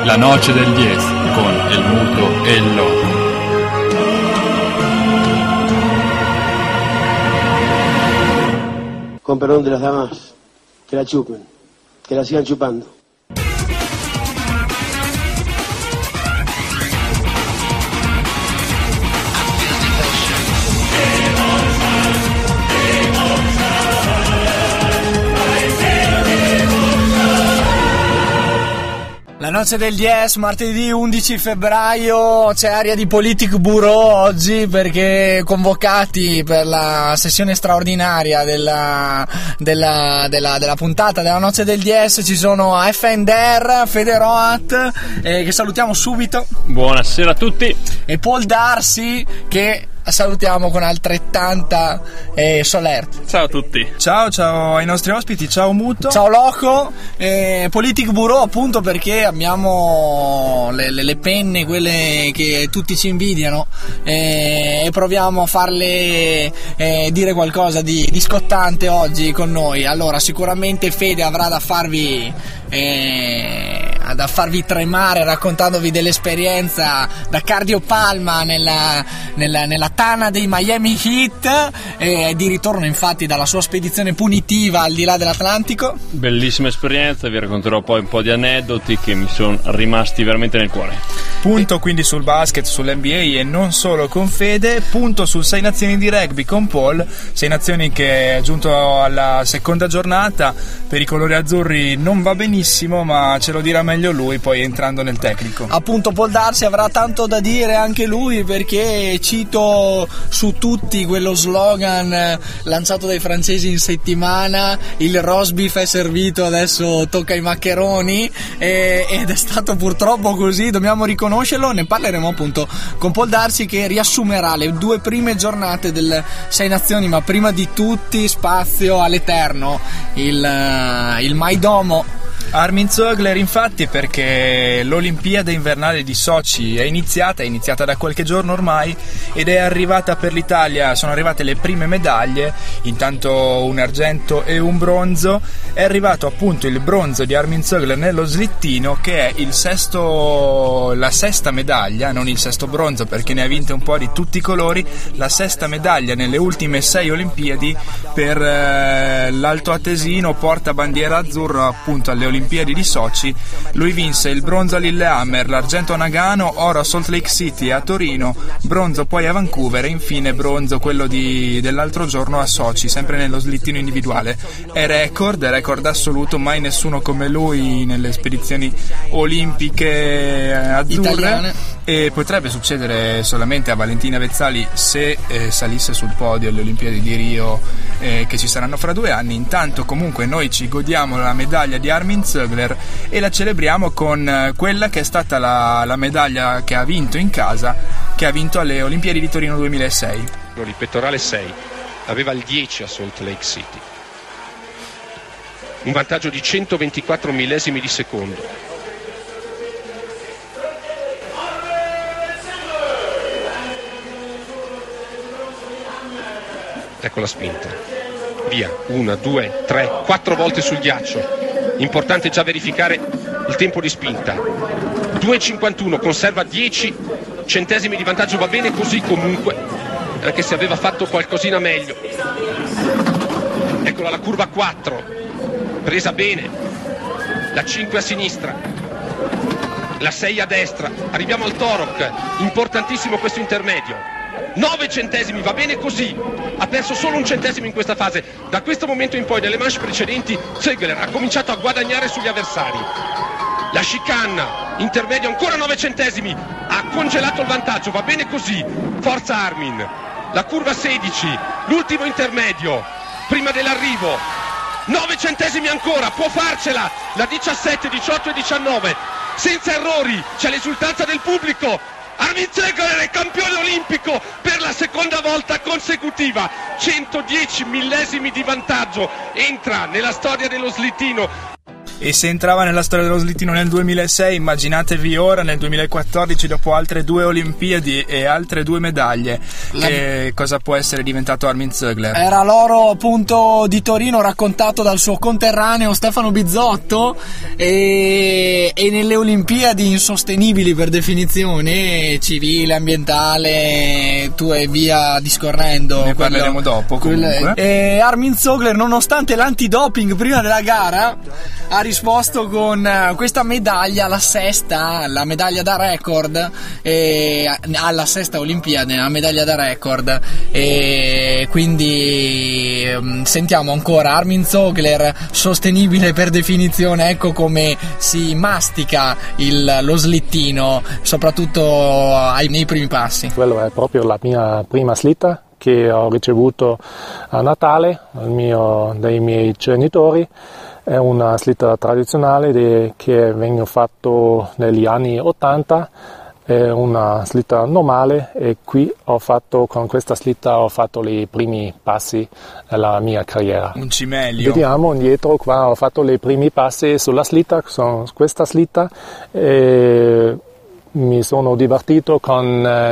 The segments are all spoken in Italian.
La noche del 10 con El Muto e el Loco. Con perdón de las damas, que la chupen, que la sigan chupando. La noce del 10, martedì 11 febbraio, c'è aria di Politic Bureau oggi perché convocati per la sessione straordinaria della puntata della noce del 10 ci sono FNDR, Federoat, che salutiamo subito. Buonasera a tutti. E Paul Darcy, che salutiamo con altrettanta solerte. Ciao a tutti. Ciao ai nostri ospiti, ciao Muto. Ciao Loco. Politic Bureau appunto perché abbiamo le penne, quelle che tutti ci invidiano, e proviamo a farle dire qualcosa di scottante oggi con noi. Allora sicuramente Fede avrà da farvi tremare raccontandovi dell'esperienza da cardiopalma nella tana dei Miami Heat, di ritorno infatti dalla sua spedizione punitiva al di là dell'Atlantico. Bellissima esperienza, vi racconterò poi un po' di aneddoti che mi sono rimasti veramente nel cuore. Punto quindi sul basket, sull'NBA e non solo con Fede, punto sul 6 nazioni di rugby con Paul, 6 nazioni che è giunto alla seconda giornata, per i colori azzurri non va benissimo ma ce lo dirà meglio lui poi entrando nel tecnico. Appunto Paul Darcy avrà tanto da dire anche lui perché cito su tutti quello slogan lanciato dai francesi in settimana: il roast beef è servito, adesso tocca ai maccheroni, ed è stato purtroppo così, dobbiamo riconoscerlo. Ne parleremo appunto con Paul Darcy che riassumerà le 2 prime giornate del 6 nazioni, ma prima di tutti spazio all'eterno, il Maidomo. Armin Zögler infatti, perché l'Olimpiade invernale di Sochi è iniziata da qualche giorno ormai ed è arrivata per l'Italia, sono arrivate le prime medaglie, intanto un argento e un bronzo. È arrivato appunto il bronzo di Armin Zögler nello slittino, che è la sesta medaglia, non il sesto bronzo perché ne ha vinte un po' di tutti i colori, la sesta medaglia nelle ultime 6 Olimpiadi per l'altoatesino porta bandiera azzurra appunto alle Olimpiadi di Sochi. Lui vinse il bronzo a Lillehammer, l'argento a Nagano, oro a Salt Lake City e a Torino, bronzo poi a Vancouver e infine bronzo quello dell'altro giorno a Sochi, sempre nello slittino individuale. È record assoluto, mai nessuno come lui nelle spedizioni olimpiche azzurre italiane. E potrebbe succedere solamente a Valentina Vezzali se salisse sul podio alle Olimpiadi di Rio, che ci saranno fra 2 anni. Intanto comunque noi ci godiamo la medaglia di Armin Zögler e la celebriamo con quella che è stata la medaglia che ha vinto in casa, che ha vinto alle Olimpiadi di Torino 2006. Il pettorale 6 aveva il 10 a Salt Lake City, un vantaggio di 124 millesimi di secondo. Ecco la spinta, via, 1, 2, 3, 4 volte sul ghiaccio. Importante già verificare il tempo di spinta. 2,51, conserva 10 centesimi di vantaggio, va bene così comunque, anche se aveva fatto qualcosina meglio. Eccola la curva 4, presa bene, la 5 a sinistra, la 6 a destra, arriviamo al Torok, importantissimo questo intermedio. 9 centesimi, va bene così, ha perso solo un centesimo in questa fase. Da questo momento in poi nelle manche precedenti Zögler ha cominciato a guadagnare sugli avversari. La chicane, intermedio, ancora 9 centesimi, ha congelato il vantaggio, va bene così, forza Armin. La curva 16, l'ultimo intermedio prima dell'arrivo, 9 centesimi ancora, può farcela, la 17, 18 e 19 senza errori, c'è l'esultanza del pubblico. Armin Zögler è campione olimpico per la seconda volta consecutiva, 110 millesimi di vantaggio, entra nella storia dello slittino. E se entrava nella storia dello slittino nel 2006, immaginatevi ora nel 2014, dopo altre 2 Olimpiadi e altre 2 medaglie, che cosa può essere diventato Armin Zögler. Era l'oro appunto di Torino raccontato dal suo conterraneo Stefano Bizzotto, e e nelle Olimpiadi insostenibili per definizione, civile, ambientale, tu e via discorrendo. Ne parleremo dopo comunque. Armin Zogler, nonostante l'antidoping prima della gara, ha risposto con questa medaglia, la sesta, la medaglia da record, alla sesta Olimpiade, la medaglia da record, e quindi sentiamo ancora Armin Zogler, sostenibile per definizione. Ecco come si mastica lo slittino, soprattutto nei primi passi. Quello è proprio la mia prima slitta che ho ricevuto a Natale dai miei genitori. È una slitta tradizionale che viene fatto negli anni 80, è una slitta normale, e qui con questa slitta ho fatto i primi passi della mia carriera. Un cimelio. Vediamo indietro, qua ho fatto i primi passi sulla slitta, con questa slitta, e mi sono divertito con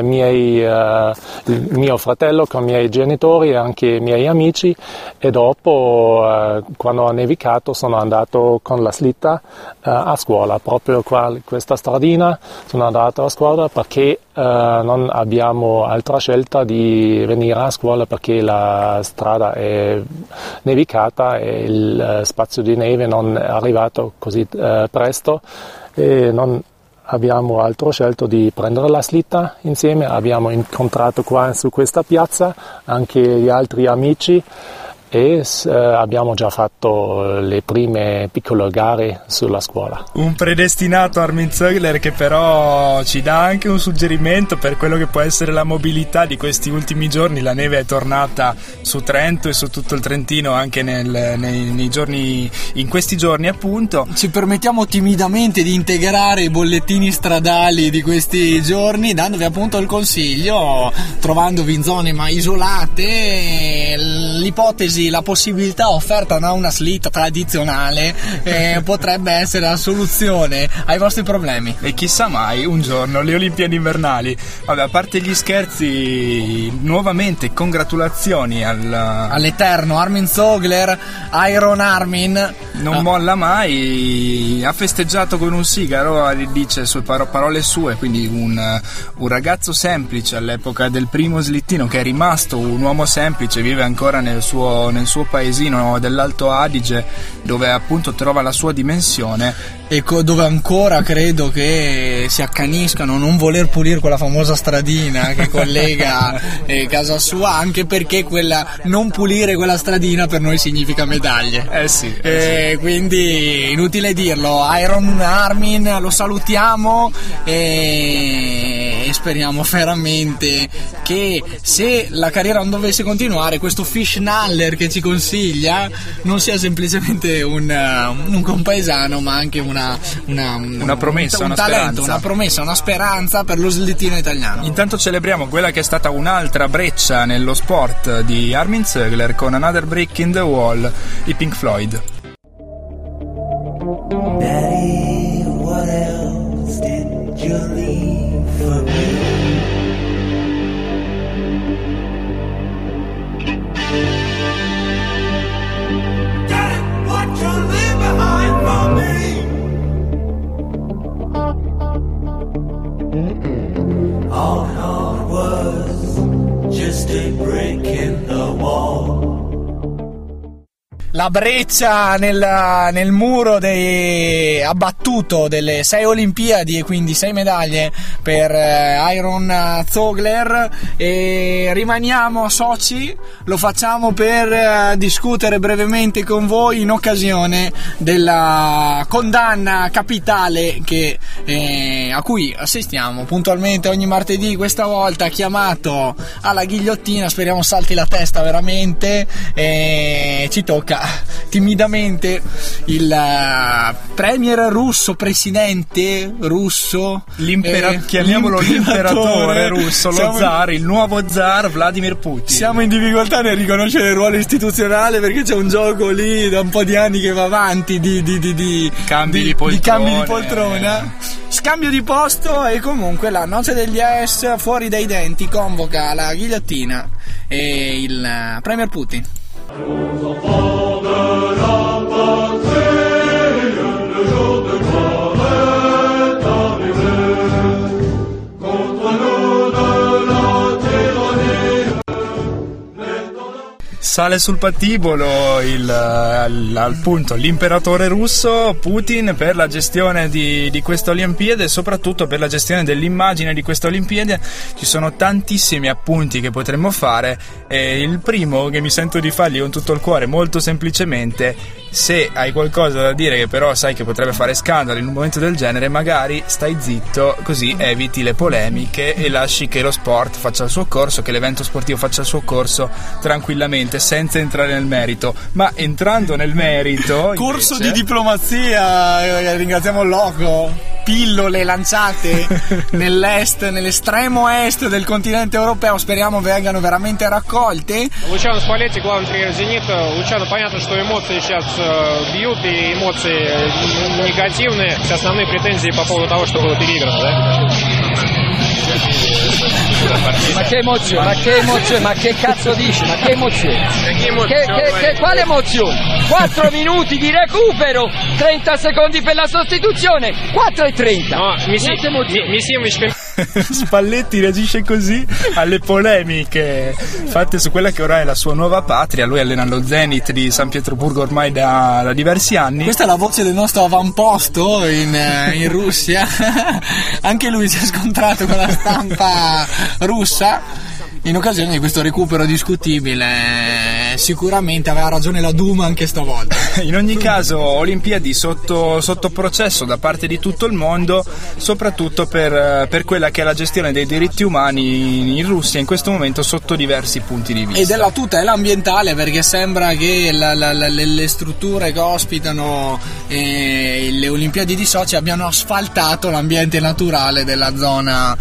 il mio fratello, con i miei genitori e anche i miei amici, e dopo quando ha nevicato sono andato con la slitta a scuola, proprio qua questa stradina sono andato a scuola perché non abbiamo altra scelta di venire a scuola perché la strada è nevicata e il spazio di neve non è arrivato così presto, e non abbiamo altro scelto di prendere la slitta insieme. Abbiamo incontrato qua su questa piazza anche gli altri amici e abbiamo già fatto le prime piccole gare sulla scuola. Un predestinato Armin Zogler, che però ci dà anche un suggerimento per quello che può essere la mobilità di questi ultimi giorni. La neve è tornata su Trento e su tutto il Trentino anche in questi giorni appunto. Ci permettiamo timidamente di integrare i bollettini stradali di questi giorni, dandovi appunto il consiglio, trovandovi in zone ma isolate, l'ipotesi, la possibilità offerta da una slitta tradizionale potrebbe essere la soluzione ai vostri problemi. E chissà mai un giorno le Olimpiadi invernali. Vabbè, a parte gli scherzi, nuovamente congratulazioni all'eterno Armin Zogler. Iron Armin non molla mai, ha festeggiato con un sigaro, dice parole sue, quindi un ragazzo semplice all'epoca del primo slittino, che è rimasto un uomo semplice, vive ancora nel suo paesino dell'Alto Adige, dove appunto trova la sua dimensione, e dove ancora credo che si accaniscano a non voler pulire quella famosa stradina che collega casa sua, anche perché non pulire quella stradina per noi significa medaglie. Sì. Quindi inutile dirlo, Iron Armin lo salutiamo e speriamo veramente che, se la carriera non dovesse continuare, questo Fischnaller che ci consiglia non sia semplicemente un compaesano, ma anche una promessa, un talento, una promessa, una speranza per lo slittino italiano. Intanto celebriamo quella che è stata un'altra breccia nello sport di Armin Zogler con Another Brick in the Wall, i Pink Floyd. Daddy, what else did you leave for me? Daddy, what you leave behind for me? All it was just a break in the wall. La breccia nel muro abbattuto delle 6 Olimpiadi, e quindi 6 medaglie per Iron Zogler. E rimaniamo a Sochi, lo facciamo per discutere brevemente con voi in occasione della condanna capitale a cui assistiamo puntualmente ogni martedì, questa volta chiamato alla ghigliottina. Speriamo salti la testa veramente, e ci tocca timidamente il premier russo, presidente russo, chiamiamolo l'imperatore russo, zar, il nuovo zar Vladimir Putin. Siamo in difficoltà nel riconoscere il ruolo istituzionale, perché c'è un gioco lì da un po' di anni che va avanti di cambi di poltrona, scambio di posto, e comunque la noce degli AES fuori dai denti convoca la ghigliottina e il premier Putin. Le jour de gloire Sale sul patibolo appunto l'imperatore russo Putin per la gestione di questa Olimpiade e soprattutto per la gestione dell'immagine di questa Olimpiade. Ci sono tantissimi appunti che potremmo fare e il primo che mi sento di fargli con tutto il cuore, molto semplicemente: se hai qualcosa da dire che però sai che potrebbe fare scandalo in un momento del genere, magari stai zitto, così eviti le polemiche e lasci che lo sport faccia il suo corso, che l'evento sportivo faccia il suo corso tranquillamente, senza entrare nel merito. Ma entrando nel merito corso invece... di diplomazia, ringraziamo il loco. Pillole lanciate nell'est, nell'estremo est del continente europeo, speriamo vengano veramente raccolte. Лучано Спалетти, главный тренер «Зенита». Лучано, понятно, что эмоции сейчас бьют, и эмоции негативные. Основные претензии по поводу того, что было переиграно, да? Ma che emozione, ma che cazzo dici? Ma che emozione? Quale emozione? 4 minuti di recupero, 30 secondi per la sostituzione, 4:30. No, Misimovic. Spalletti reagisce così alle polemiche fatte su quella che ora è la sua nuova patria. Lui allena lo Zenit di San Pietroburgo ormai da diversi anni. Questa è la voce del nostro avamposto in Russia. Anche lui si è scontrato con la stampa russa in occasione di questo recupero discutibile. Sicuramente aveva ragione la Duma anche stavolta. In ogni caso, Olimpiadi sotto processo da parte di tutto il mondo, soprattutto per quella che è la gestione dei diritti umani in Russia in questo momento sotto diversi punti di vista. E della tutela ambientale, perché sembra che le strutture che ospitano le Olimpiadi di Sochi abbiano asfaltato l'ambiente naturale della zona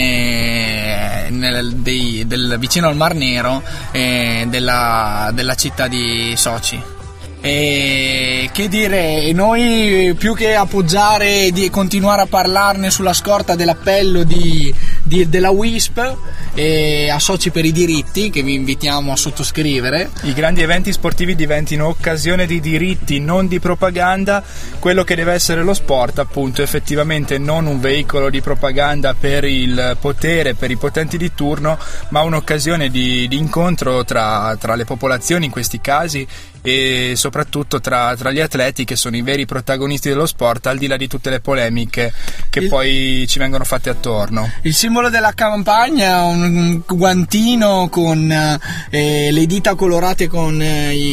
vicino al Mar Nero della città di Sochi. E che dire, noi più che appoggiare e continuare a parlarne sulla scorta dell'appello della WISP e a Sochi per i diritti, che vi invitiamo a sottoscrivere, i grandi eventi sportivi diventino occasione di diritti, non di propaganda. Quello che deve essere lo sport, appunto, effettivamente non un veicolo di propaganda per il potere, per i potenti di turno, ma un'occasione di incontro tra le popolazioni in questi casi, e soprattutto tra gli atleti, che sono i veri protagonisti dello sport, al di là di tutte le polemiche che poi ci vengono fatte attorno. Il simbolo della campagna, un guantino con le dita colorate con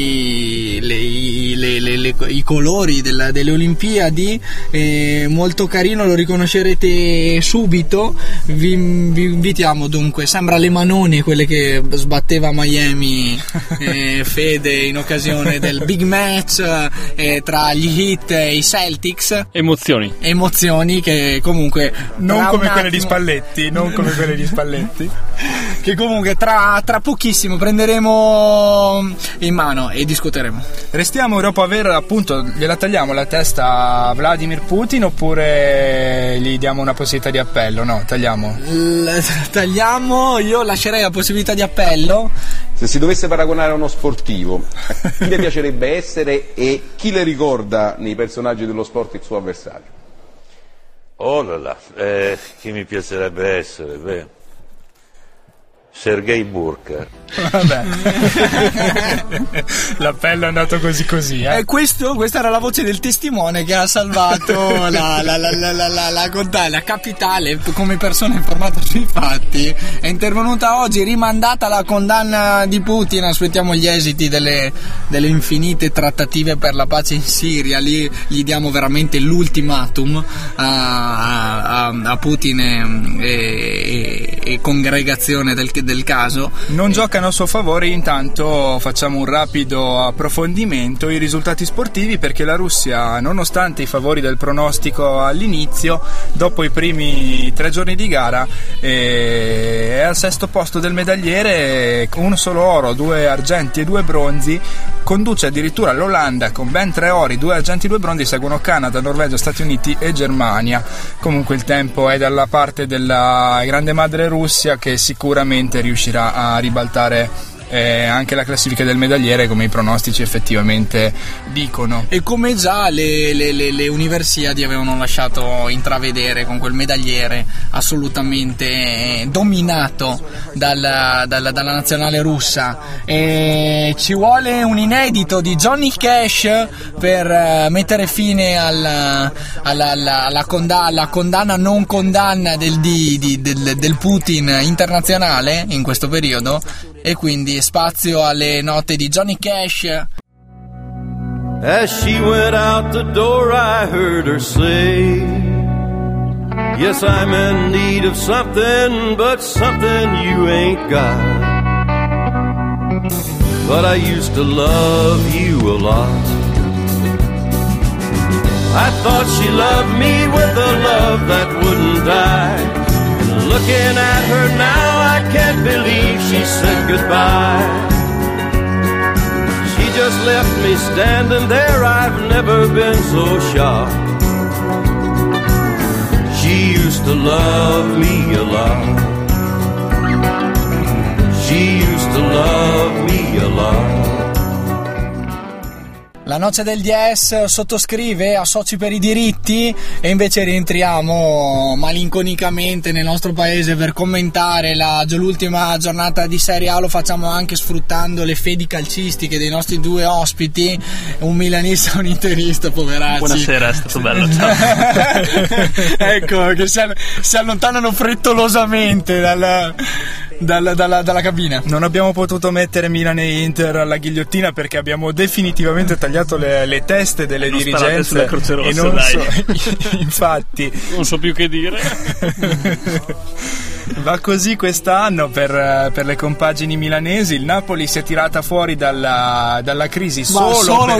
i colori delle Olimpiadi, molto carino, lo riconoscerete subito. Vi invitiamo dunque, sembra le manone quelle che sbatteva Miami Fede in occasione del big match tra gli Heat e i Celtics. Emozioni che comunque non come quelle di Spalletti, che comunque tra pochissimo prenderemo in mano e discuteremo. Restiamo dopo aver, appunto, gliela tagliamo la testa a Vladimir Putin, oppure gli diamo una possibilità di appello? No, tagliamo. Io lascerei la possibilità di appello. Se si dovesse paragonare a uno sportivo, chi le piacerebbe essere e chi le ricorda nei personaggi dello sport il suo avversario? Oh là là, chi mi piacerebbe essere? Beh, Sergei Burka. Vabbè. L'appello è andato così. Questa era la voce del testimone che ha salvato la capitale come persona informata sui fatti. È intervenuta oggi, rimandata la condanna di Putin. Aspettiamo gli esiti delle infinite trattative per la pace in Siria. Lì gli diamo veramente l'ultimatum a Putin e congregazione del caso. Non giocano a suo favore. Intanto facciamo un rapido approfondimento: i risultati sportivi, perché la Russia, nonostante i favori del pronostico all'inizio, dopo i primi 3 giorni di gara è al 6° posto del medagliere, con un solo oro, 2 argenti e 2 bronzi. Conduce addirittura l'Olanda con ben 3 ori, 2 argenti e 2 bronzi, seguono Canada, Norvegia, Stati Uniti e Germania. Comunque il tempo è dalla parte della grande madre Russia, che sicuramente riuscirà a ribaltare anche la classifica del medagliere, come i pronostici effettivamente dicono. E come già le Universiadi avevano lasciato intravedere con quel medagliere assolutamente dominato dalla nazionale russa. E ci vuole un inedito di Johnny Cash per mettere fine alla condanna non condanna del Putin internazionale in questo periodo, e quindi spazio alle note di Johnny Cash. As she went out the door, I heard her say, yes, I'm in need of something, but something you ain't got. But I used to love you a lot. I thought she loved me with a love that wouldn't die. Looking at her now, I can't believe she said goodbye. She just left me standing there, I've never been so shocked. She used to love me a lot. She used to love me a lot. La Noce del Dies sottoscrive a Soci per i diritti, e invece rientriamo malinconicamente nel nostro paese per commentare l'ultima giornata di Serie A. Lo facciamo anche sfruttando le fedi calcistiche dei nostri due ospiti, un milanista e un interista, poveracci. Buonasera, è stato bello, ciao. Ecco, che si allontanano frettolosamente dalla cabina. Non abbiamo potuto mettere Milan e Inter alla ghigliottina perché abbiamo definitivamente tagliato le teste delle non dirigenze sulla Croce Rossa, e non dai. Infatti non so più che dire. Va così quest'anno per le compagini milanesi. Il Napoli si è tirata fuori dalla crisi solo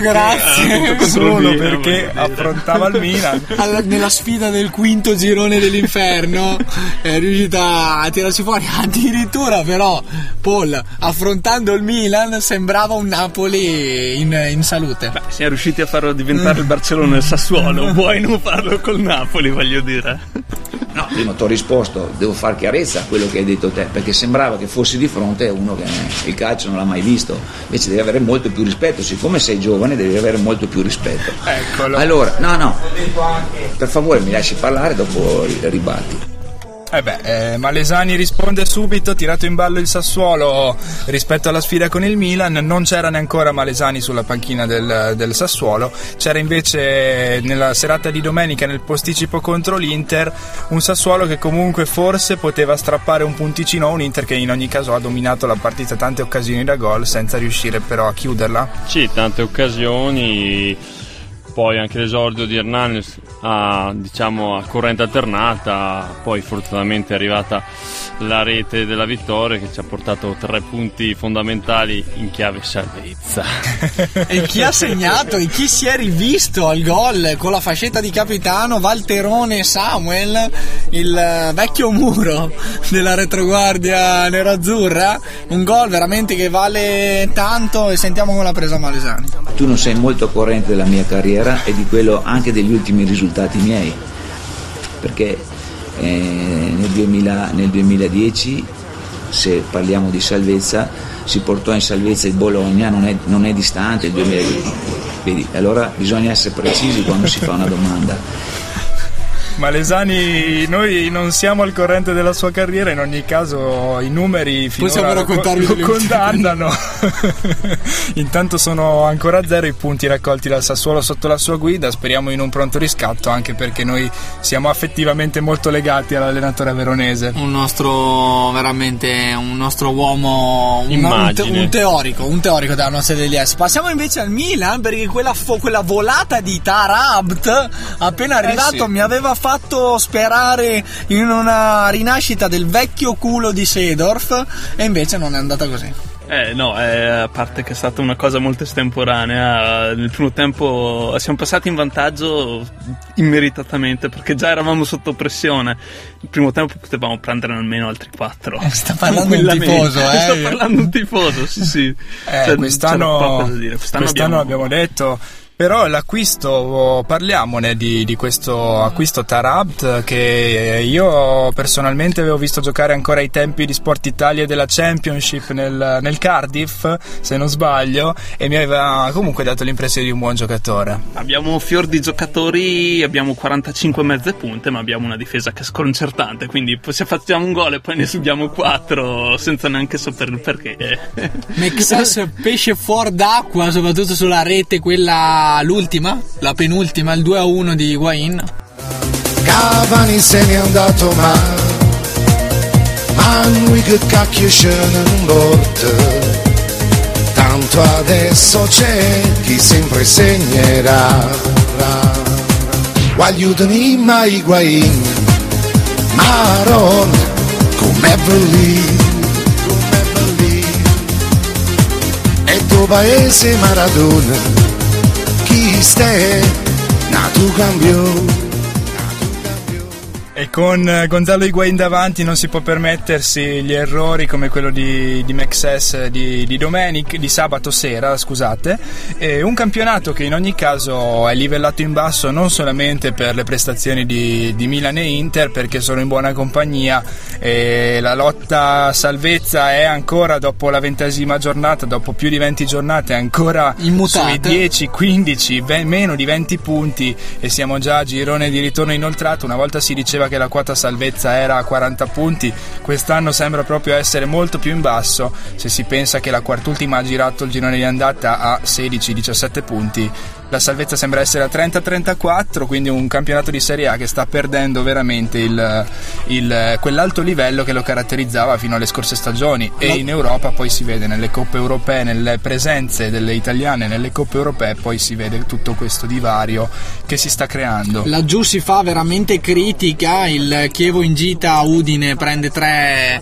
perché affrontava il Milan nella sfida del quinto girone dell'inferno. È riuscita a tirarsi fuori. Addirittura però Paul, affrontando il Milan, sembrava un Napoli in salute. Beh, siamo riusciti a farlo diventare il Barcellona e il Sassuolo, vuoi non farlo col Napoli, voglio dire. No, prima ti ho risposto, devo far chiarezza a quello che hai detto te, perché sembrava che fossi di fronte a uno che il calcio non l'ha mai visto. Invece devi avere molto più rispetto, siccome sei giovane devi avere molto più rispetto. Eccolo. Allora, no, per favore mi lasci parlare, dopo ribatti. Malesani risponde subito, tirato in ballo il Sassuolo rispetto alla sfida con il Milan. Non c'era neanche ancora Malesani sulla panchina del Sassuolo, c'era invece nella serata di domenica, nel posticipo contro l'Inter, un Sassuolo che comunque forse poteva strappare un punticino a un Inter che in ogni caso ha dominato la partita, tante occasioni da gol senza riuscire però a chiuderla. Sì, tante occasioni. Poi anche l'esordio di Hernanes a corrente alternata, poi fortunatamente è arrivata la rete della vittoria che ci ha portato 3 punti fondamentali in chiave salvezza. E chi ha segnato e chi si è rivisto al gol con la fascetta di capitano? Valterone Samuel, il vecchio muro della retroguardia nerazzurra. Un gol veramente che vale tanto, e sentiamo come l'ha presa Malesani. Tu non sei molto corrente della mia carriera e di quello anche degli ultimi risultati miei, perché nel 2010, se parliamo di salvezza, si portò in salvezza il Bologna, non è distante il 2010. Vedi, allora bisogna essere precisi quando si fa una domanda. Malesani, noi non siamo al corrente della sua carriera, in ogni caso i numeri finora lo condannano. Intanto sono ancora 0 i punti raccolti dal Sassuolo sotto la sua guida, speriamo in un pronto riscatto, anche perché noi siamo affettivamente molto legati all'allenatore veronese. Un nostro uomo, un teorico della Noce degli Es. Passiamo invece al Milan, perché quella volata di Tarabt appena arrivato mi aveva fatto sperare in una rinascita del vecchio culo di Seedorf, e invece non è andata così. A parte che è stata una cosa molto estemporanea. Nel primo tempo siamo passati in vantaggio immeritatamente, perché già eravamo sotto pressione. Nel primo tempo potevamo prendere almeno altri 4. Sta parlando un tifoso, Sta parlando un tifoso, sì. Quest'anno abbiamo detto Però l'acquisto, parliamone di questo acquisto Taarabt, che io personalmente avevo visto giocare ancora ai tempi di Sport Italia e della Championship nel Cardiff, se non sbaglio, e mi aveva comunque dato l'impressione di un buon giocatore. Abbiamo un fior di giocatori, abbiamo 45 mezze punte, ma abbiamo una difesa che è sconcertante, quindi se facciamo un gol e poi ne subiamo 4 senza neanche sapere il perché. Mexes pesce fuori d'acqua, soprattutto sulla rete, quella l'ultima, la penultima, il 2-1 di Higuain. Cavani se n'è andato ma lui che cacchio ce ne importa, tanto adesso c'è chi sempre segnerà. Aiutami mai Higuain, Maron, come lì, e tuo paese Maradona, chi stai, nato cambiò. E con Gonzalo Higuain davanti non si può permettersi gli errori come quello di Mexes di sabato sera, scusate. E un campionato che in ogni caso è livellato in basso non solamente per le prestazioni di Milan e Inter, perché sono in buona compagnia, e la lotta salvezza è ancora, dopo la 20ª giornata, dopo più di 20 giornate, ancora immutate, sui 10, 15, meno di 20 punti, e siamo già a girone di ritorno inoltrato. Una volta si diceva che la quota salvezza era a 40 punti, quest'anno sembra proprio essere molto più in basso, se si pensa che la quart'ultima ha girato il girone di andata a 16-17 punti. La salvezza sembra essere a 30-34, quindi un campionato di Serie A che sta perdendo veramente quell'alto livello che lo caratterizzava fino alle scorse stagioni. E in Europa poi si vede nelle coppe europee, nelle presenze delle italiane nelle coppe europee, poi si vede tutto questo divario che si sta creando. Laggiù si fa veramente critica, il Chievo in gita a Udine prende tre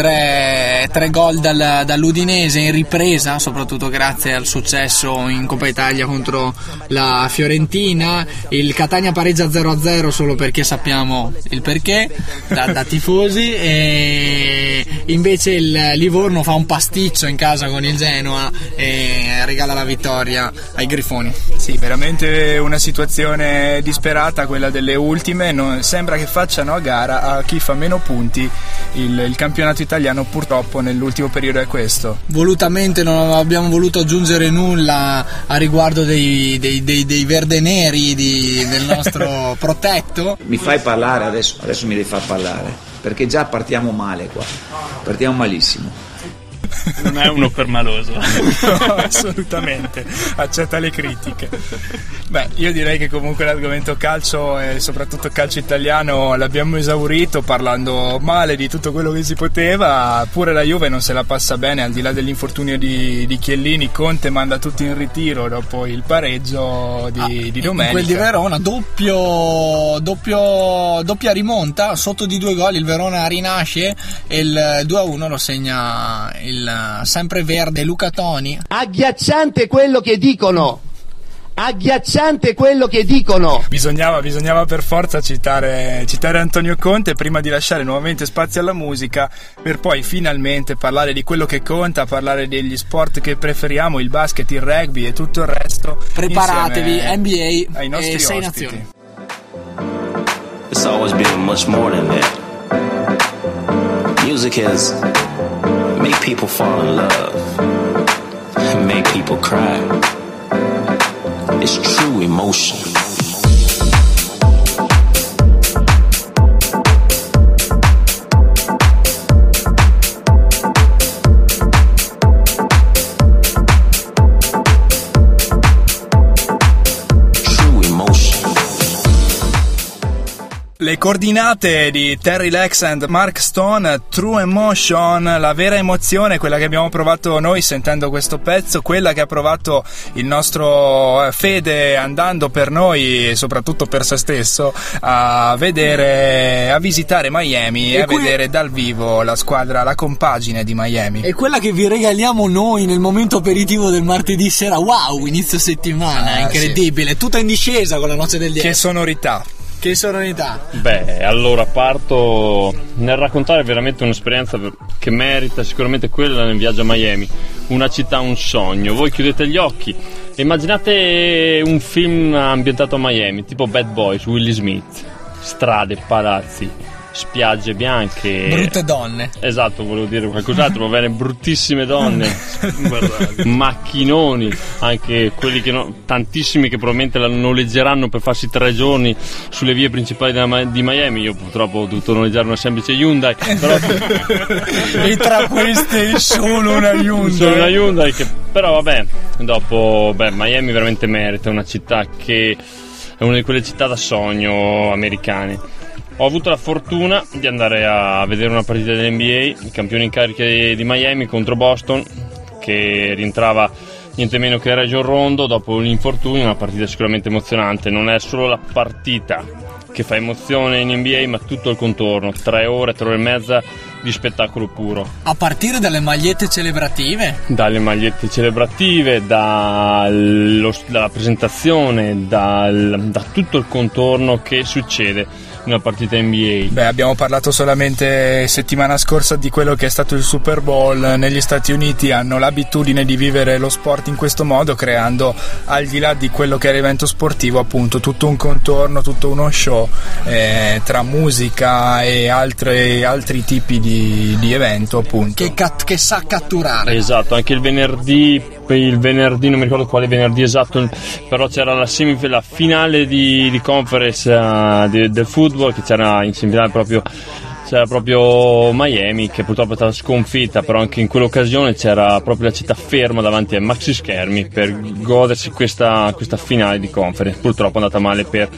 gol dall'Udinese in ripresa, soprattutto grazie al successo in Coppa Italia contro la Fiorentina. Il Catania pareggia 0-0 solo perché sappiamo il perché da tifosi, e invece il Livorno fa un pasticcio in casa con il Genoa e regala la vittoria ai Grifoni. Sì, veramente una situazione disperata quella delle ultime. Sembra che facciano a gara a chi fa meno punti. Il campionato italiano purtroppo nell'ultimo periodo è questo. Volutamente non abbiamo voluto aggiungere nulla a riguardo dei verdeneri del nostro protetto. Mi fai parlare adesso mi devi far parlare, perché già partiamo male qua, partiamo malissimo. Non è uno permaloso. No, assolutamente, accetta le critiche. Beh, io direi che comunque l'argomento calcio e soprattutto calcio italiano l'abbiamo esaurito, parlando male di tutto quello che si poteva. Pure la Juve non se la passa bene, al di là dell'infortunio di Chiellini. Conte manda tutti in ritiro dopo il pareggio di domenica. Quel di Verona, doppia rimonta, sotto di 2 gol il Verona rinasce e il 2-1 lo segna il sempre verde Luca Toni. Agghiacciante quello che dicono. Bisognava per forza citare Antonio Conte prima di lasciare nuovamente spazio alla musica, per poi finalmente parlare di quello che conta, parlare degli sport che preferiamo, il basket, il rugby e tutto il resto. Preparatevi, NBA ai nostri e 6 ospiti. nazioni. It's always been much more than that. Music has made people fall in love, make people cry. It's true emotion. Le coordinate di Terry Lex and Mark Stone, True Emotion, la vera emozione, quella che abbiamo provato noi sentendo questo pezzo, quella che ha provato il nostro Fede andando per noi e soprattutto per se stesso a visitare Miami e a vedere dal vivo la squadra, la compagine di Miami. E quella che vi regaliamo noi nel momento aperitivo del martedì sera. Wow, inizio settimana, incredibile, sì. Tutta in discesa con la noce del 10. Che sonorità. Che serenità. Beh, allora parto nel raccontare veramente un'esperienza che merita sicuramente quella nel viaggio a Miami. Una città, un sogno. Voi chiudete gli occhi e immaginate un film ambientato a Miami, tipo Bad Boys, Will Smith. Strade, palazzi, spiagge bianche, brutte donne. Esatto, volevo dire qualcos'altro, va bene, bruttissime donne, macchinoni, anche quelli che tantissimi che probabilmente la noleggeranno per farsi 3 giorni sulle vie principali di Miami. Io purtroppo ho dovuto noleggiare una semplice Hyundai, però e tra queste solo una Hyundai che però vabbè, dopo Miami veramente merita, una città che è una di quelle città da sogno americane. Ho avuto la fortuna di andare a vedere una partita dell'NBA, i campioni in carica di Miami contro Boston, che rientrava niente meno che Rajon Rondo dopo l'infortunio. Una partita sicuramente emozionante. Non è solo la partita che fa emozione in NBA, ma tutto il contorno. 3 ore e mezza di spettacolo puro. A partire dalle magliette celebrative? Dalle magliette celebrative, dalla presentazione, da tutto il contorno che succede una partita NBA. Beh, abbiamo parlato solamente settimana scorsa di quello che è stato il Super Bowl. Negli Stati Uniti hanno l'abitudine di vivere lo sport in questo modo, creando, al di là di quello che è l'evento sportivo, appunto tutto un contorno, tutto uno show tra musica e altri tipi di evento, appunto, che sa catturare. Esatto, anche il venerdì non mi ricordo quale venerdì esatto, però c'era la finale di conference del football, che c'era in semifinale c'era proprio Miami, che purtroppo è stata sconfitta, però anche in quell'occasione c'era proprio la città ferma davanti ai maxi schermi per godersi questa finale di conference. Purtroppo è andata male per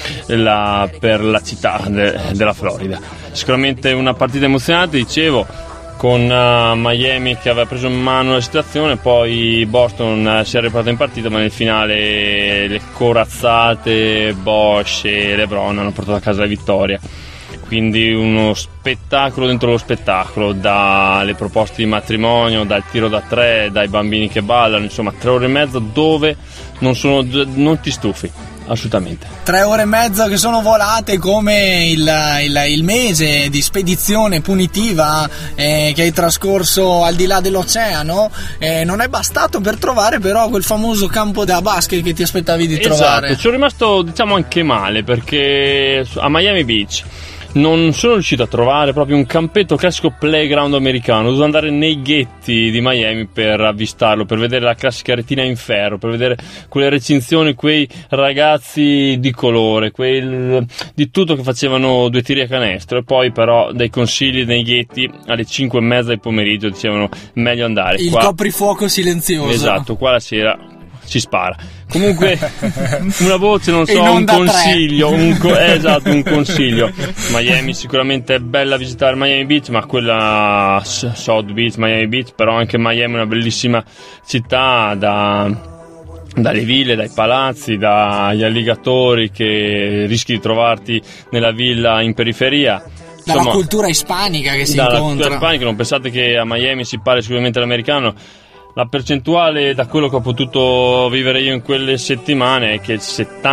la città della Florida. Sicuramente una partita emozionante, dicevo, con Miami che aveva preso in mano la situazione. Poi Boston si è riparata in partita, ma nel finale le corazzate Bosch e LeBron hanno portato a casa la vittoria. Quindi uno spettacolo dentro lo spettacolo, dalle proposte di matrimonio, dal tiro da 3, dai bambini che ballano, insomma 3 ore e mezza dove non ti stufi assolutamente. 3 ore e mezza che sono volate come il mese di spedizione punitiva che hai trascorso al di là dell'oceano. Non è bastato per trovare però quel famoso campo da basket che ti aspettavi di trovare. Esatto, ci sono rimasto diciamo anche male, perché a Miami Beach non sono riuscito a trovare proprio un campetto classico playground americano. Ho dovuto andare nei ghetti di Miami per avvistarlo, per vedere la classica retina in ferro, per vedere quelle recinzioni, quei ragazzi di colore, di tutto che facevano 2 tiri a canestro. E poi però dei consigli nei ghetti alle 5:30 del pomeriggio dicevano meglio andare il coprifuoco silenzioso. Esatto, qua la sera ci spara. Comunque una voce, non so, un consiglio, esatto, un consiglio. Miami sicuramente è bella visitare Miami Beach, ma quella South Beach, Miami Beach, però anche Miami è una bellissima città, dalle ville, dai palazzi, dagli alligatori che rischi di trovarti nella villa in periferia. Dalla cultura ispanica che si incontra. Dalla cultura ispanica, non pensate che a Miami si parli sicuramente l'americano. La percentuale, da quello che ho potuto vivere io in quelle settimane, è che il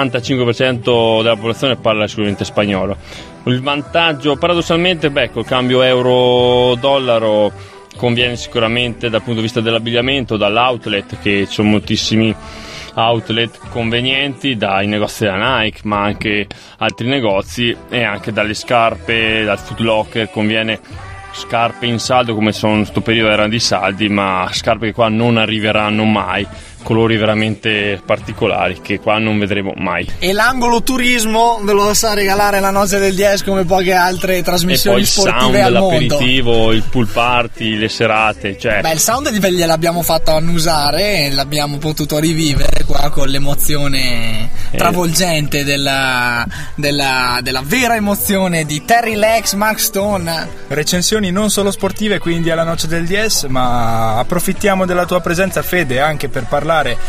75% della popolazione parla sicuramente spagnolo. Il vantaggio, paradossalmente, col cambio euro-dollaro conviene sicuramente dal punto di vista dell'abbigliamento, dall'outlet, che ci sono moltissimi outlet convenienti, dai negozi della Nike, ma anche altri negozi, e anche dalle scarpe, dal Foot Locker conviene scarpe in saldo, come sono in questo periodo erano di saldi, ma scarpe che qua non arriveranno mai, colori veramente particolari che qua non vedremo mai. E l'angolo turismo ve lo sa regalare la Noce del 10 come poche altre trasmissioni sportive al mondo. E poi il sound, l'aperitivo, il pool party, le serate, il sound gliel'abbiamo fatto annusare e l'abbiamo potuto rivivere qua con l'emozione travolgente della vera emozione di Terry Lex, Mark Stone. Recensioni non solo sportive quindi alla Noce del 10, ma approfittiamo della tua presenza, Fede, anche per parlare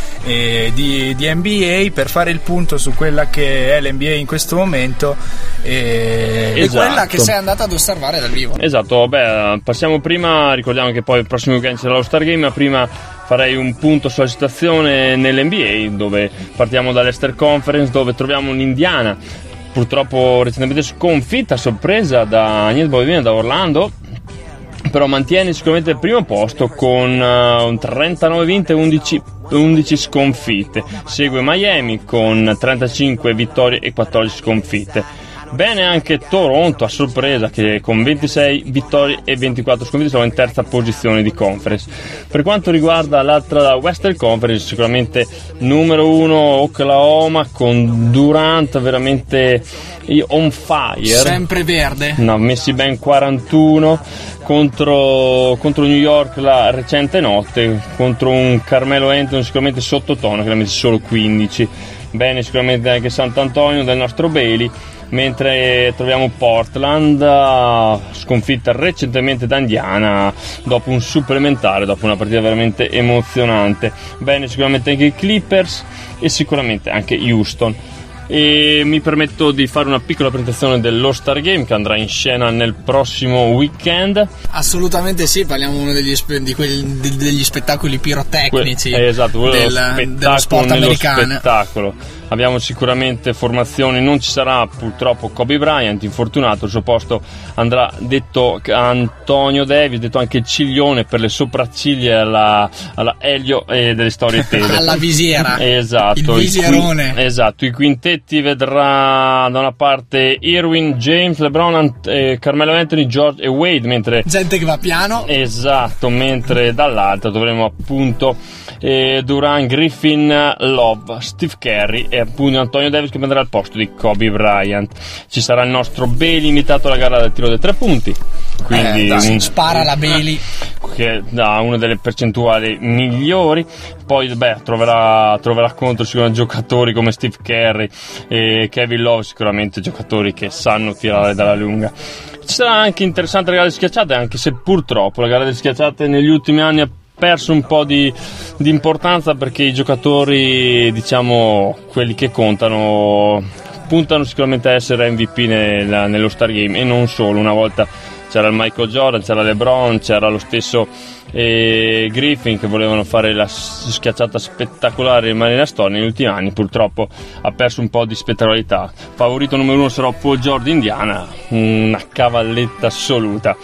di NBA, per fare il punto su quella che è l'NBA in questo momento e quella che sei andata ad osservare dal vivo. Esatto, passiamo prima, ricordiamo che poi il prossimo weekend c'è l'All-Star Game, ma prima farei un punto sulla situazione nell'NBA, dove partiamo dall'Eastern Conference, dove troviamo l'Indiana purtroppo recentemente sconfitta a sorpresa da niente poi viene da Orlando, però mantiene sicuramente il primo posto con 39 vinte e 11 sconfitte. Segue Miami con 35 vittorie e 14 sconfitte. Bene anche Toronto a sorpresa, che con 26 vittorie e 24 sconfitte sono in terza posizione di conference. Per quanto riguarda l'altra Western Conference, sicuramente numero 1 Oklahoma con Durant veramente on fire, sempre verde, no, messi ben 41 contro New York la recente notte, contro un Carmelo Anthony sicuramente sottotono che ne ha messi solo 15. Bene sicuramente anche Sant'Antonio del nostro Bailey, mentre troviamo Portland sconfitta recentemente da Indiana dopo un supplementare, dopo una partita veramente emozionante. Bene sicuramente anche i Clippers e sicuramente anche Houston. E mi permetto di fare una piccola presentazione dell'All-Star Game che andrà in scena nel prossimo weekend. Assolutamente sì, parliamo uno degli spettacoli pirotecnici esatto, dello sport americano. Spettacolo. Abbiamo sicuramente formazioni, non ci sarà purtroppo Kobe Bryant, infortunato, al suo posto andrà detto Antonio Davis, detto anche Ciglione per le sopracciglia alla Elio e delle storie tele. Alla visiera. Esatto. Il visierone. Esatto, i quintetti vedrà da una parte Irwin, James, LeBron, Carmelo Anthony, George e Wade, mentre gente che va piano. Esatto, mentre dall'altra dovremo appunto Durant, Griffin, Love, Steve Curry e appunto Antonio Davis che prenderà il posto di Kobe Bryant. Ci sarà il nostro Bailey limitato alla gara del tiro da 3 punti, quindi spara la Bailey che dà una delle percentuali migliori. Poi troverà contro sicuramente giocatori come Steve Curry e Kevin Love, sicuramente giocatori che sanno tirare dalla lunga. Ci sarà anche interessante la gara delle schiacciate, anche se purtroppo la gara delle schiacciate negli ultimi anni ha perso un po' di importanza, perché i giocatori, diciamo quelli che contano, puntano sicuramente a essere MVP nello Star Game, e non solo. Una volta c'era il Michael Jordan, c'era LeBron, c'era lo stesso Griffin che volevano fare la schiacciata spettacolare e rimanere nella storia. Negli ultimi anni purtroppo ha perso un po' di spettacolarità. Favorito numero 1 sarà Paul George, Indiana, una cavalletta assoluta.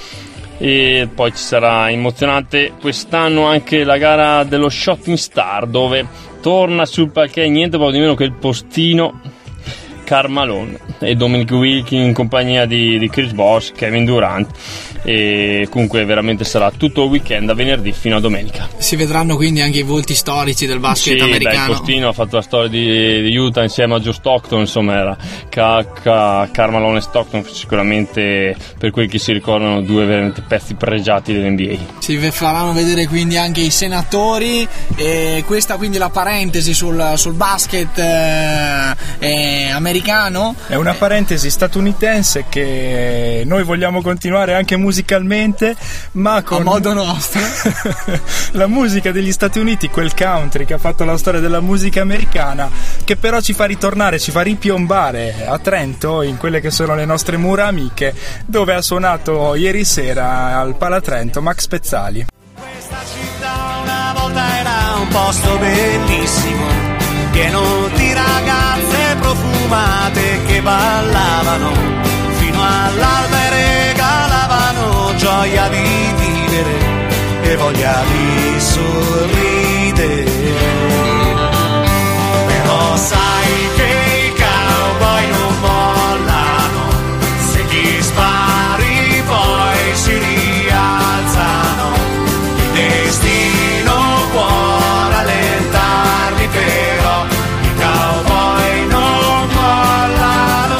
E poi ci sarà emozionante quest'anno anche la gara dello Shooting Star, dove torna sul parquet niente poco di meno che il postino Karl Malone e Dominic Wilkins in compagnia di Chris Bosh, Kevin Durant. E comunque veramente sarà tutto il weekend, da venerdì fino a domenica. Si vedranno quindi anche i volti storici del basket americano. Il postino ha fatto la storia di Utah insieme a Joe Stockton, insomma era Karl Malone e Stockton, sicuramente per quelli che si ricordano due veramente pezzi pregiati dell'NBA. Si faranno vedere quindi anche i senatori, e questa quindi la parentesi sul basket americano. È una parentesi statunitense che noi vogliamo continuare anche musicalmente, ma con a modo nostro. La musica degli Stati Uniti, quel country che ha fatto la storia della musica americana, che però ci fa ritornare, ci fa ripiombare a Trento, in quelle che sono le nostre mura amiche, dove ha suonato ieri sera al Palatrento Max Pezzali. Questa città una volta era un posto bellissimo, pieno di ragazze profumate che ballavano fino all'alba e regalavano gioia di vivere e voglia di sorridere. Però sai che i cowboy non mollano, se gli spari poi si rialzano. Il destino può rallentarli, però i cowboy non mollano.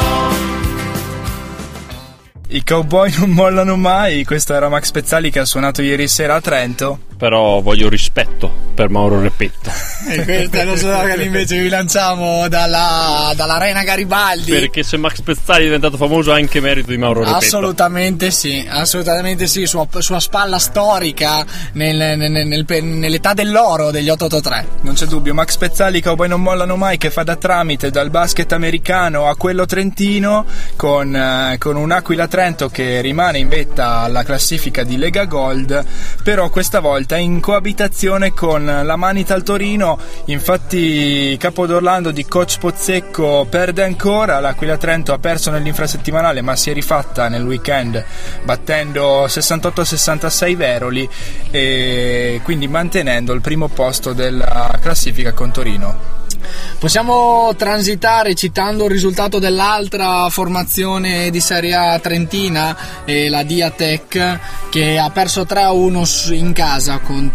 I cowboy non mollano mai. Questo era Max Pezzali che ha suonato ieri sera a Trento. Però voglio rispetto per Mauro Repetto. E questo è lo slogan invece che vi lanciamo dall'Arena Garibaldi. Perché se Max Pezzali è diventato famoso anche merito di Mauro Repetto. Assolutamente sì, sua spalla storica nell'età dell'oro degli 883. Non c'è dubbio, Max Pezzali, i cowboy non mollano mai, che fa da tramite dal basket americano a quello trentino, con un Aquila Trento che rimane in vetta alla classifica di Lega Gold, però questa volta volta è in coabitazione con la Manita al Torino. Infatti Capodorlando di coach Pozzecco perde ancora, l'Aquila Trento ha perso nell'infrasettimanale ma si è rifatta nel weekend battendo 68-66 Veroli e quindi mantenendo il primo posto della classifica con Torino. Possiamo transitare citando il risultato dell'altra formazione di Serie A trentina, la Diatec, che ha perso 3-1 in casa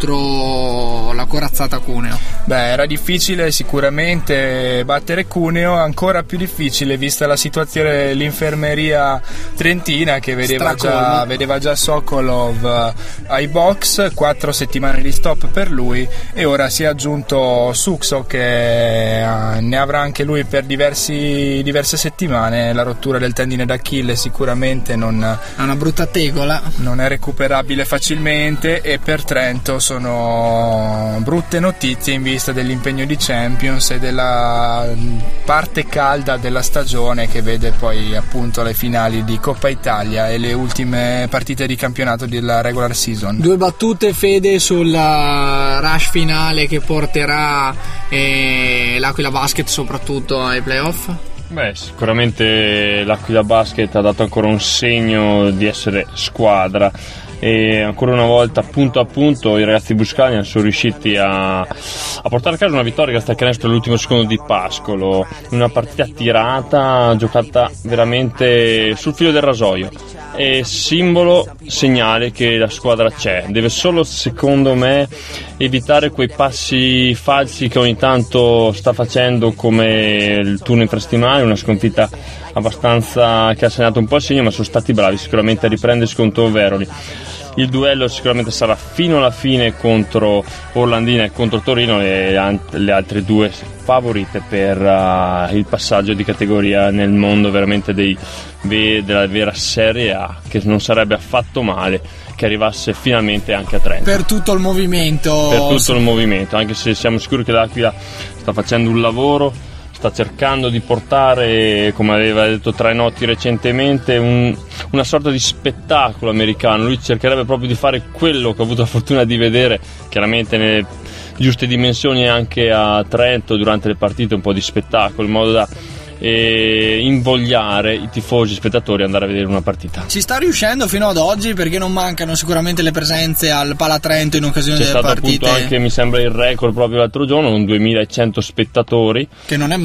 contro la corazzata Cuneo. Beh, era difficile sicuramente battere Cuneo, ancora più difficile vista la situazione dell'infermeria trentina che vedeva già Sokolov ai box, 4 settimane di stop per lui e ora si è aggiunto Suxo che ne avrà anche lui per diverse settimane. La rottura del tendine d'Achille sicuramente è una brutta tegola, non è recuperabile facilmente e per Trento sono brutte notizie in vista dell'impegno di Champions e della parte calda della stagione che vede poi appunto le finali di Coppa Italia e le ultime partite di campionato della regular season. 2 battute, Fede, sul rush finale che porterà l'Aquila Basket soprattutto ai playoff? Beh, sicuramente l'Aquila Basket ha dato ancora un segno di essere squadra e ancora una volta punto a punto i ragazzi buscani sono riusciti a portare a casa una vittoria grazie al canestro all'ultimo secondo di Pascolo, una partita tirata, giocata veramente sul filo del rasoio. È simbolo, segnale che la squadra c'è, deve solo secondo me evitare quei passi falsi che ogni tanto sta facendo come il turno infrasettimanale, una sconfitta abbastanza che ha segnato un po' il segno, ma sono stati bravi sicuramente a riprendersi contro Veroli. Il duello sicuramente sarà fino alla fine contro Orlandina e contro Torino, le altre due favorite per il passaggio di categoria nel mondo veramente della vera Serie A, che non sarebbe affatto male che arrivasse finalmente anche a Trento. Per tutto il movimento. Anche se siamo sicuri che l'Aquila sta facendo un lavoro, sta cercando di portare, come aveva detto Trainotti recentemente, una sorta di spettacolo americano. Lui cercherebbe proprio di fare quello che ho avuto la fortuna di vedere chiaramente nelle giuste dimensioni anche a Trento durante le partite, un po' di spettacolo in modo da invogliare i tifosi spettatori ad andare a vedere una partita. Ci sta riuscendo fino ad oggi perché non mancano sicuramente le presenze al Palatrento in occasione delle partite. C'è stato appunto anche, mi sembra, il record proprio l'altro giorno con 2100 spettatori, che non è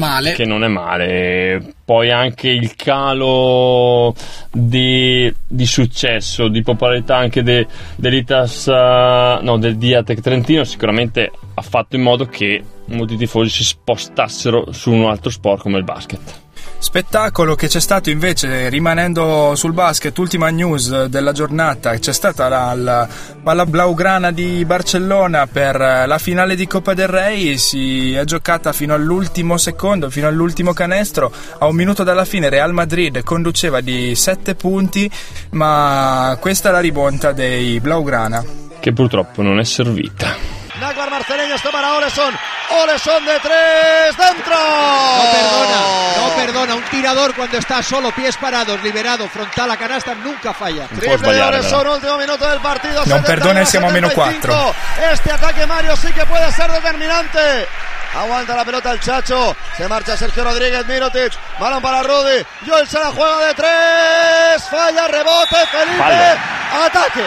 male. Poi anche il calo di successo, di popolarità anche del Diatec Trentino sicuramente ha fatto in modo che molti tifosi si spostassero su un altro sport come il basket. Spettacolo che c'è stato invece, rimanendo sul basket, ultima news della giornata, c'è stata la Palla Blaugrana di Barcellona per la finale di Coppa del Re, si è giocata fino all'ultimo secondo, fino all'ultimo canestro, a un minuto dalla fine Real Madrid conduceva di 7 punti, ma questa è la rimonta dei Blaugrana, che purtroppo non è servita. Naguar Marceleño, toma a Oleson de 3, dentro. No perdona, un tirador cuando está solo, pies parados, liberado, frontal a canasta, nunca falla. Triple de Oleson, último minuto del partido. Non perdona, siamo a -4. Este ataque Mario sí que puede ser determinante. Aguanta la pelota el Chacho, se marcha Sergio Rodríguez, Mirotic, balón para Rudy, Joel se la juega de 3, falla, rebote, Felipe, ataque.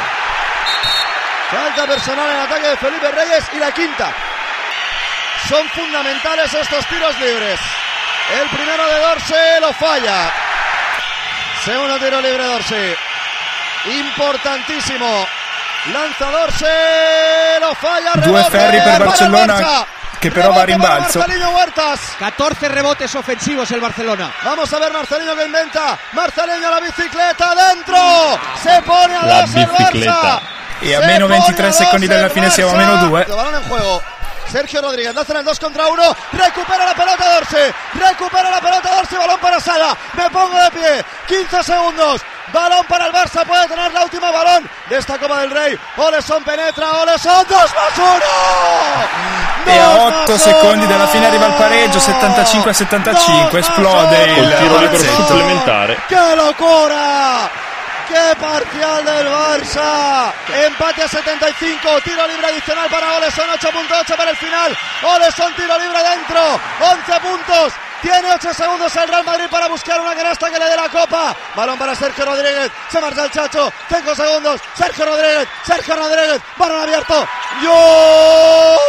Falta personal en ataque de Felipe Reyes y la quinta. Son fundamentales estos tiros libres. El primero de Dorsey lo falla. Segundo tiro libre Dorsey. Importantissimo. Lanza Dorsey, lo falla. Due ferri per Barcellona che però va a rimbalzo. 14 rebotes ofensivos el Barcelona. Vamos a ver Marcelinho que inventa. Marcelinho la bicicleta dentro. Se pone a la dos el Barça. E a meno 23 secondi dalla fine siamo a -2. Balón en juego. Sergio Rodríguez, hacen el 2 contra 1. Recupera la pelota Dorsey. Balón para Sala. Me pongo de pie. 15 segundos. Balón para el Barça. Puede tener la última balón de esta Copa del Rey. Oleson penetra. Oleson 2+1. E a 8 secondi dalla fine arriva il pareggio. 75-75. Esplode il tiro libero supplementare. Che locura! ¡Qué parcial del Barça! Empate a 75, tiro libre adicional para Oleson, 8.8 para el final. Oleson, tiro libre dentro, 11 puntos. Tiene 8 segundos el Real Madrid para buscar una canasta que le dé la copa. Balón para Sergio Rodríguez, se marcha el Chacho, 5 segundos. Sergio Rodríguez, balón abierto. ¡Gol!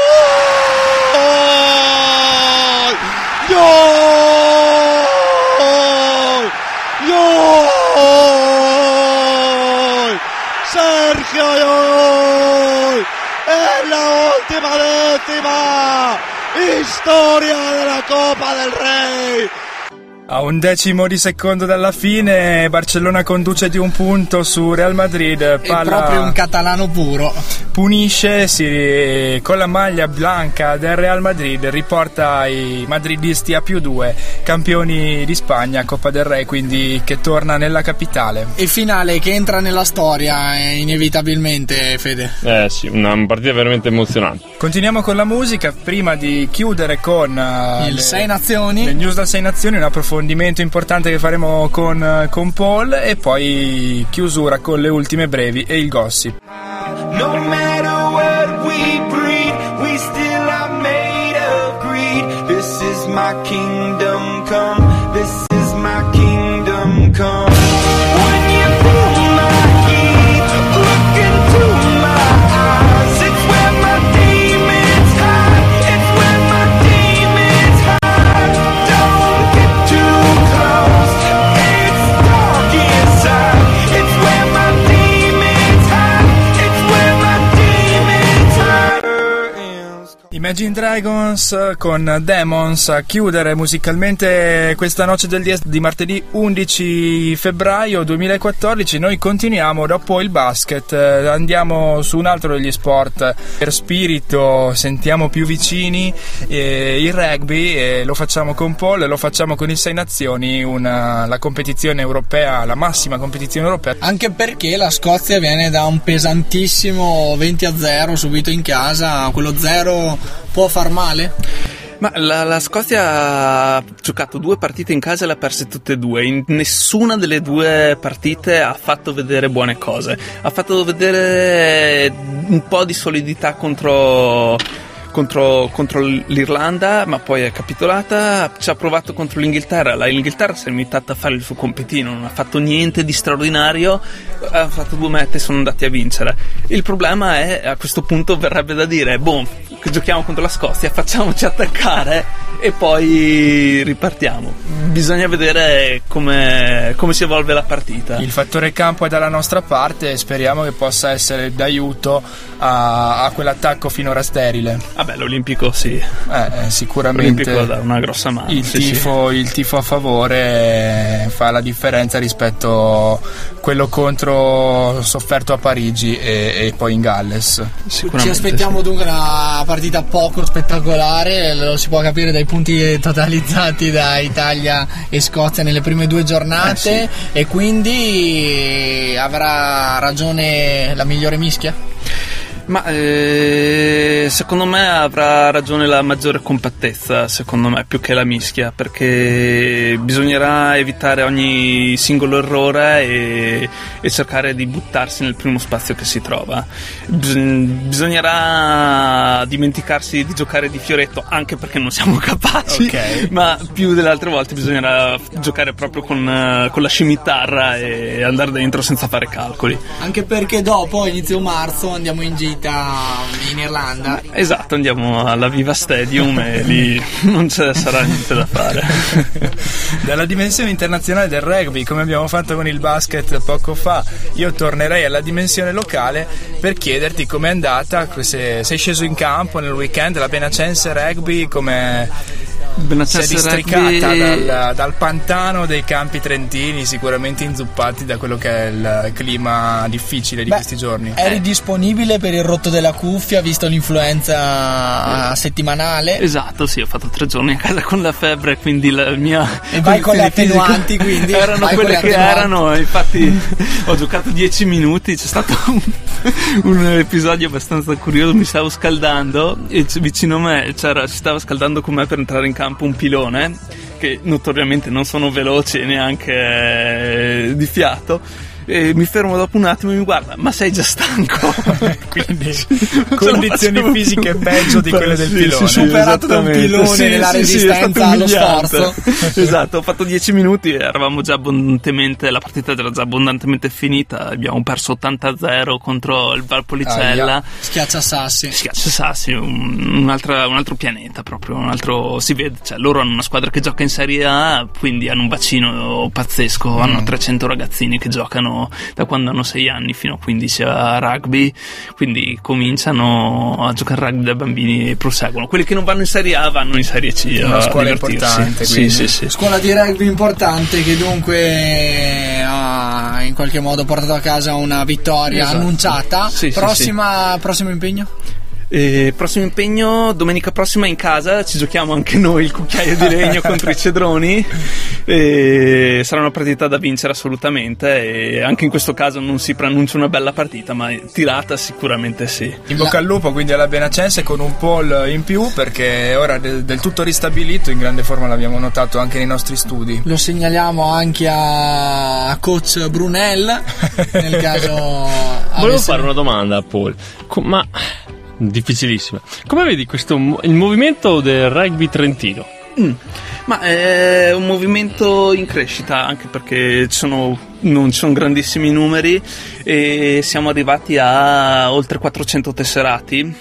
Sergio Llull en la última décima, historia de la Copa del Rey. A 1/10 di secondo dalla fine, Barcellona conduce di 1 punto su Real Madrid. È proprio un catalano puro. Punisce con la maglia bianca del Real Madrid, riporta i madridisti a +2, campioni di Spagna, Coppa del Re, quindi che torna nella capitale. E finale che entra nella storia inevitabilmente, Fede. Sì, una partita veramente emozionante. Continuiamo con la musica, prima di chiudere con il 6 Nazioni, le news da 6 Nazioni, un approfondimento importante che faremo con Paul, e poi chiusura con le ultime brevi e il gossip. No matter what we breed, we still are made of greed. This is my kingdom come. This is my kingdom come. When you feel my heat, look into my eyes. It's where my demons hide. It's where my demons hide. Don't get too close. It's dark inside. It's where my demons hide. It's where my demons hide. Imagine Dragons con Demons a chiudere musicalmente questa noce del DS di martedì 11 febbraio 2014. Noi continuiamo dopo il basket, andiamo su un altro degli sport per spirito, sentiamo più vicini il rugby, e lo facciamo con Paul, lo facciamo con il 6 Nazioni, la competizione europea, la massima competizione europea. Anche perché la Scozia viene da un pesantissimo 20-0 subito in casa. Quello 0 può far male? Ma la Scozia ha giocato 2 partite in casa e le ha perse tutte e 2. In nessuna delle 2 partite ha fatto vedere buone cose. Ha fatto vedere un po' di solidità contro l'Irlanda, ma poi è capitolata. Ci ha provato contro l'Inghilterra. L'Inghilterra si è limitata a fare il suo compitino, non ha fatto niente di straordinario, ha fatto 2 mete e sono andati a vincere. Il problema è, a questo punto verrebbe da dire, che giochiamo contro la Scozia, facciamoci attaccare e poi ripartiamo. Bisogna vedere come si evolve la partita. Il fattore campo è dalla nostra parte e speriamo che possa essere d'aiuto a quell'attacco finora sterile. Vabbè, l'Olimpico sì. Sicuramente l'Olimpico dà una grossa mano. Il tifo a favore fa la differenza rispetto a quello contro sofferto a Parigi e poi in Galles. Ci aspettiamo dunque una partita poco spettacolare, lo si può capire dai punti totalizzati da Italia e Scozia nelle prime 2 giornate, e quindi avrà ragione la migliore mischia? Ma secondo me avrà ragione la maggiore compattezza, secondo me, più che la mischia, perché bisognerà evitare ogni singolo errore e cercare di buttarsi nel primo spazio che si trova. Bisognerà dimenticarsi di giocare di fioretto, anche perché non siamo capaci, ma più delle altre volte bisognerà giocare proprio con la scimitarra e andare dentro senza fare calcoli. Anche perché dopo, inizio marzo, andiamo in gita in Irlanda. Esatto, andiamo alla Viva Stadium e lì non ce sarà niente da fare. Dalla dimensione internazionale del rugby, come abbiamo fatto con il basket poco fa, io tornerei alla dimensione locale per chiederti com'è andata, se sei sceso in campo nel weekend, la Benacense Rugby, come si è districata dal pantano dei campi trentini, sicuramente inzuppati da quello che è il clima difficile di questi giorni. Eri disponibile per il rotto della cuffia, visto l'influenza settimanale? Esatto, sì, ho fatto 3 giorni a casa con la febbre, quindi la mia... E vai con le attenuanti, quindi? Erano quelle che erano, infatti ho giocato 10 minuti, c'è stato un episodio abbastanza curioso, mi stavo scaldando e vicino a me si stava scaldando con me per entrare in campo un pilone, che notoriamente non sono veloci e neanche di fiato, mi fermo dopo un attimo e mi guarda, ma sei già stanco? Quindi condizioni fisiche peggio di quelle del pilone. Superato da un pilone nella resistenza allo sforzo. Esatto, ho fatto 10 minuti e eravamo già abbondantemente, la partita era già abbondantemente finita, abbiamo perso 80-0 contro il Valpolicella. Schiacciasassi, un altro pianeta proprio, un altro, si vede, cioè loro hanno una squadra che gioca in Serie A, quindi hanno un bacino pazzesco, hanno 300 ragazzini che giocano da quando hanno 6 anni fino a 15 a rugby, quindi cominciano a giocare rugby da bambini e proseguono. Quelli che non vanno in Serie A vanno in Serie C. Una scuola importante, sì. Scuola di rugby importante che dunque ha in qualche modo portato a casa una vittoria annunciata. Prossimo impegno? Prossimo impegno domenica prossima in casa, ci giochiamo anche noi il cucchiaio di legno contro i Cedroni, sarà una partita da vincere assolutamente, e anche in questo caso non si preannuncia una bella partita, ma tirata sicuramente sì. In bocca al lupo quindi alla Benacense, con un Paul in più, perché ora del tutto ristabilito, in grande forma, l'abbiamo notato anche nei nostri studi. Lo segnaliamo anche a coach Brunel nel caso volevo fare una domanda a Paul, ma difficilissima. Come vedi il movimento del rugby trentino? Ma è un movimento in crescita, anche perché non ci sono grandissimi numeri e siamo arrivati a oltre 400 tesserati,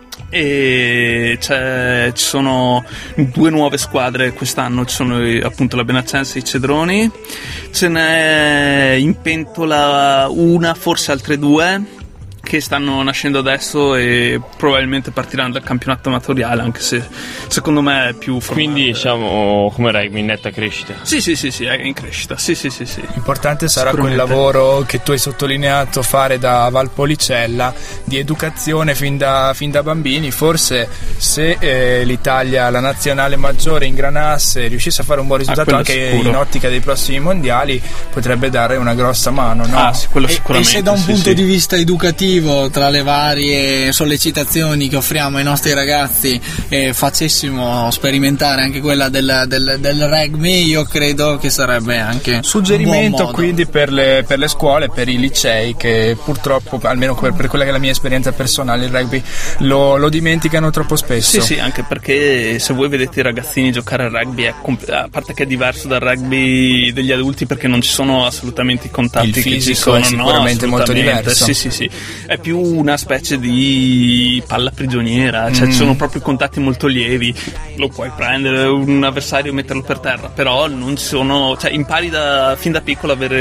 e ci sono 2 nuove squadre quest'anno, ci sono appunto la Benacense e i Cedroni, ce n'è in pentola una, forse altre 2 che stanno nascendo adesso e probabilmente partiranno dal campionato amatoriale, anche se secondo me è più formato. Quindi siamo come rugby in netta crescita. Sì, è in crescita. Sì. Importante sarà quel lavoro che tu hai sottolineato fare da Valpolicella di educazione fin da bambini. Forse se l'Italia, la nazionale maggiore, ingranasse, riuscisse a fare un buon risultato anche in ottica dei prossimi mondiali, potrebbe dare una grossa mano, no? Quello sicuramente. E se da un punto di vista educativo, tra le varie sollecitazioni che offriamo ai nostri ragazzi, facessimo sperimentare anche quella del rugby, io credo che sarebbe anche suggerimento un buon modo. Quindi per le scuole, per i licei, che purtroppo, almeno per quella che è la mia esperienza personale, il rugby lo dimenticano troppo spesso. Sì, anche perché se voi vedete i ragazzini giocare al rugby, a parte che è diverso dal rugby degli adulti, perché non ci sono assolutamente i contatti, il fisico che ci sono, è sicuramente molto diverso. Sì. È più una specie di palla prigioniera, cioè ci sono proprio contatti molto lievi, lo puoi prendere un avversario e metterlo per terra, però non sono, cioè impari fin da piccolo a avere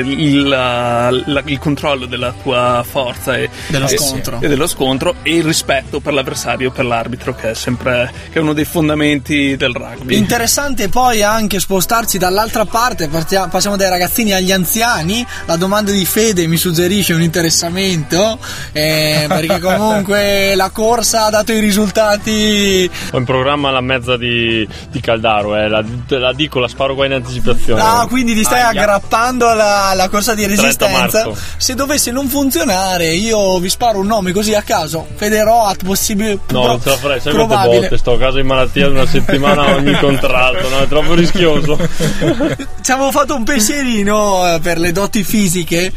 il controllo della tua forza e dello scontro, e il rispetto per l'avversario, per l'arbitro, che è uno dei fondamenti del rugby. Interessante poi anche spostarci dall'altra parte, passiamo dai ragazzini agli anziani. La domanda di Fede mi suggerisce un interessamento, perché comunque la corsa ha dato i risultati. Ho in programma la mezza di Caldaro, la dico, la sparo qua in anticipazione. Quindi ti stai aggrappando alla corsa di resistenza. 30 marzo. Se dovesse non funzionare, io vi sparo un nome così a caso: Federoat, possibile. No, non ce la farei, sai quante volte sto a caso in malattia di una settimana ogni contratto, no? È troppo rischioso. Ci avevo fatto un pensierino per le doti fisiche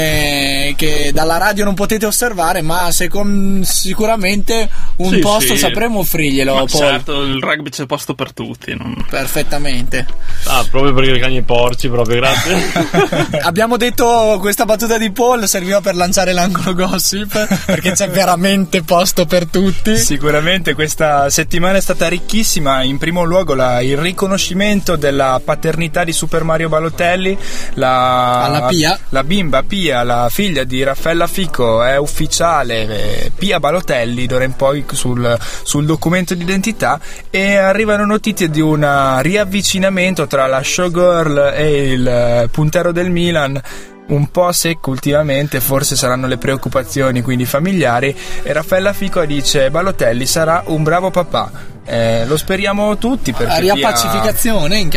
che dalla radio non potete osservare, ma sicuramente un posto sapremo offrirglielo. Ma certo, il rugby c'è posto per tutti, perfettamente. Proprio perché le cani e porci, proprio, grazie. Abbiamo detto, questa battuta di Paul serviva per lanciare l'angolo gossip, perché c'è veramente posto per tutti. Sicuramente questa settimana è stata ricchissima. In primo luogo il riconoscimento della paternità di Super Mario Balotelli, alla Pia. La bimba Pia, la figlia di Raffaella Fico, è ufficiale Pia Balotelli d'ora in poi sul documento d'identità, e arrivano notizie di un riavvicinamento tra la showgirl e il puntero del Milan, un po' secco ultimamente, forse saranno le preoccupazioni quindi familiari, e Raffaella Fico dice: Balotelli sarà un bravo papà. Lo speriamo tutti, perché riappacificazione in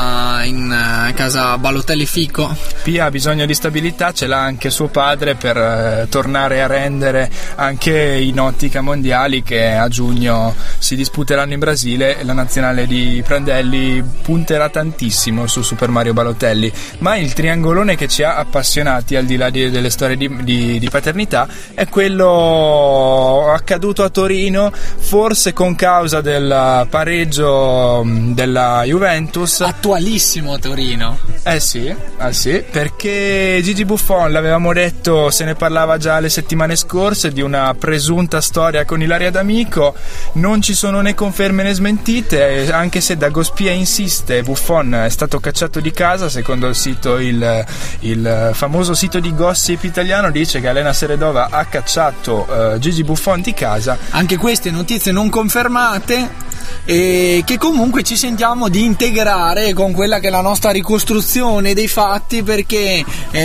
casa Balotelli-Fico. Pia ha bisogno di stabilità, ce l'ha anche suo padre per tornare a rendere anche in ottica mondiali, che a giugno si disputeranno in Brasile, e la nazionale di Prandelli punterà tantissimo su Super Mario Balotelli. Ma il triangolone che ci ha appassionati, al di là delle storie di paternità, è quello accaduto a Torino, forse con causa del pareggio della Juventus. Attualissimo a Torino. Sì, perché Gigi Buffon, l'avevamo detto, se ne parlava già le settimane scorse, di una presunta storia con Ilaria D'Amico. Non ci sono né conferme né smentite, anche se Dagospia insiste. Buffon è stato cacciato di casa, secondo il sito, il famoso sito di gossip italiano dice che Elena Seredova ha cacciato Gigi Buffon di casa. Anche queste notizie non confermate, e che comunque ci sentiamo di integrare con quella che è la nostra ricostruzione dei fatti, perché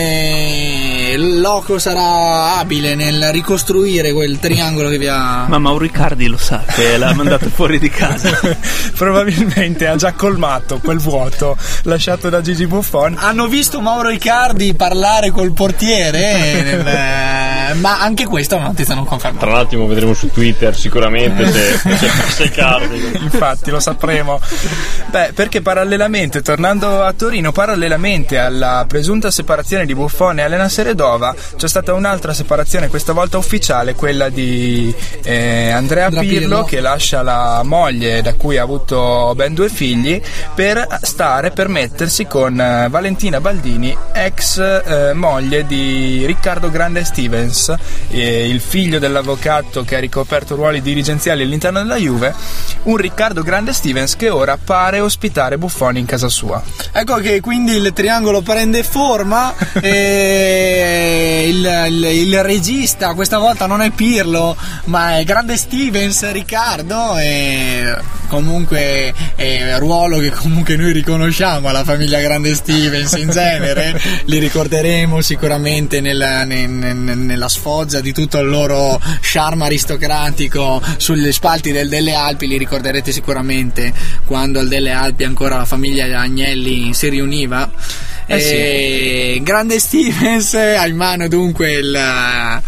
Loco sarà abile nel ricostruire quel triangolo che vi ha... Ma Mauro Icardi lo sa che l'ha mandato fuori di casa. Probabilmente ha già colmato quel vuoto lasciato da Gigi Buffon. Hanno visto Mauro Icardi parlare col portiere ma anche questa è una notizia non confermata. Tra un attimo vedremo su Twitter sicuramente se Icardi. Infatti lo sapremo. Perché parallelamente, tornando a Torino, parallelamente alla presunta separazione di Buffon e Elena Seredova, c'è stata un'altra separazione, questa volta ufficiale, quella di Andrea Pirlo, che lascia la moglie, da cui ha avuto ben 2 figli, per mettersi con Valentina Baldini, ex moglie di Riccardo Grande Stevens, il figlio dell'avvocato che ha ricoperto ruoli dirigenziali all'interno della Juve. Un Riccardo Grande Stevens che ora pare ospitare Buffon in casa sua. Ecco che quindi il triangolo prende forma e il regista questa volta non è Pirlo ma è Grande Stevens, Riccardo, e comunque è ruolo che comunque noi riconosciamo alla famiglia Grande Stevens in genere. Li ricorderemo sicuramente nella sfoggia di tutto il loro charme aristocratico sulle spalti delle Alpi. Li ricorderete sicuramente quando al Delle Alpi ancora la famiglia Agnelli si riuniva. Sì. Grande Stevens ha in mano dunque la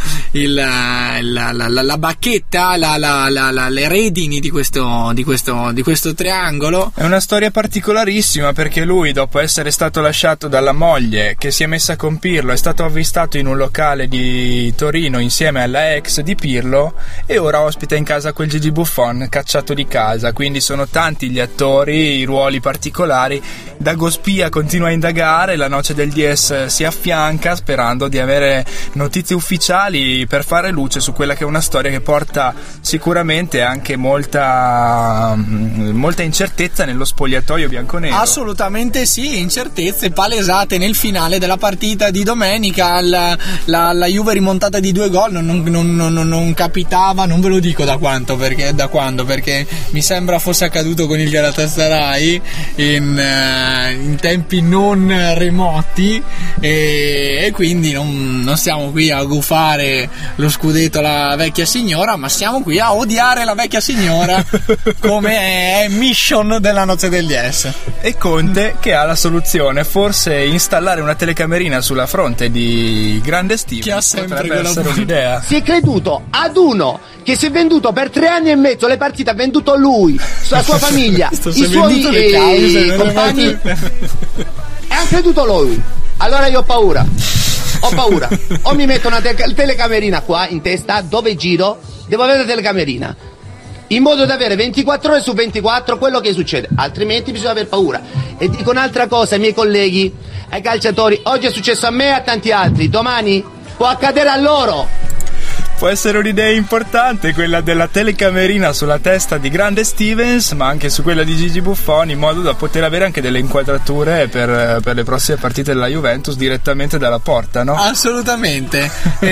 bacchetta, le redini di questo triangolo. È una storia particolarissima, perché lui, dopo essere stato lasciato dalla moglie che si è messa con Pirlo, è stato avvistato in un locale di Torino insieme alla ex di Pirlo e ora ospita in casa quel Gigi Buffon cacciato di casa. Quindi sono tanti gli attori, i ruoli particolari. Dagospia continua a indagare, la Noce del DS si affianca sperando di avere notizie ufficiali per fare luce su quella che è una storia che porta sicuramente anche molta incertezza nello spogliatoio bianconero. Assolutamente sì, incertezze palesate nel finale della partita di domenica. La Juve rimontata di 2 gol non capitava, non ve lo dico da quando, perché mi sembra fosse accaduto con il Galatasaray in tempi non remoti, e quindi non stiamo qui a gufare lo scudetto alla vecchia signora, ma siamo qui a odiare la vecchia signora come è mission della Noce del DS. E Conte che ha la soluzione, forse installare una telecamerina sulla fronte di Grande Stevens, che ha sempre essere un'idea. Si è creduto ad uno che si è venduto per 3 anni e mezzo le partite, ha venduto lui, la sua famiglia, i suoi compagni, e ha creduto lui. Allora io ho paura, o mi metto una telecamerina qua in testa, dove giro devo avere la telecamerina, in modo da avere 24 ore su 24 quello che succede, altrimenti bisogna aver paura. E dico un'altra cosa ai miei colleghi, ai calciatori: oggi è successo a me e a tanti altri, domani può accadere a loro. Può essere un'idea importante quella della telecamerina sulla testa di Grande Stevens, ma anche su quella di Gigi Buffon, in modo da poter avere anche delle inquadrature per le prossime partite della Juventus direttamente dalla porta, no? Assolutamente.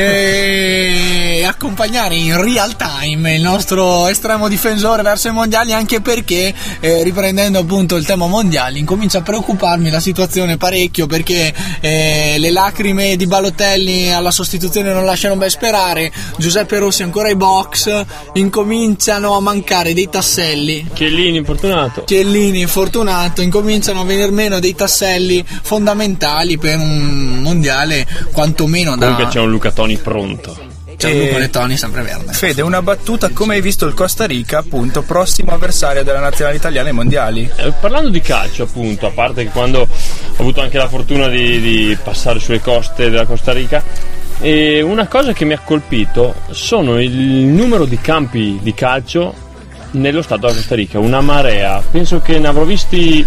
E accompagnare in real time il nostro estremo difensore verso i mondiali, anche perché riprendendo appunto il tema mondiali incomincia a preoccuparmi la situazione parecchio, perché le lacrime di Balotelli alla sostituzione non lasciano ben sperare. Giuseppe Rossi ancora ai box, incominciano a mancare dei tasselli. Chiellini infortunato, incominciano a venir meno dei tasselli fondamentali per un mondiale quantomeno Comunque c'è un Luca Toni pronto. Gianluca Lettoni sempre verde. Fede, una battuta: come hai visto il Costa Rica, appunto, prossimo avversario della nazionale italiana ai mondiali? Parlando di calcio, appunto, a parte che quando ho avuto anche la fortuna di passare sulle coste della Costa Rica, e una cosa che mi ha colpito sono il numero di campi di calcio nello stato della Costa Rica, una marea, penso che ne avrò visti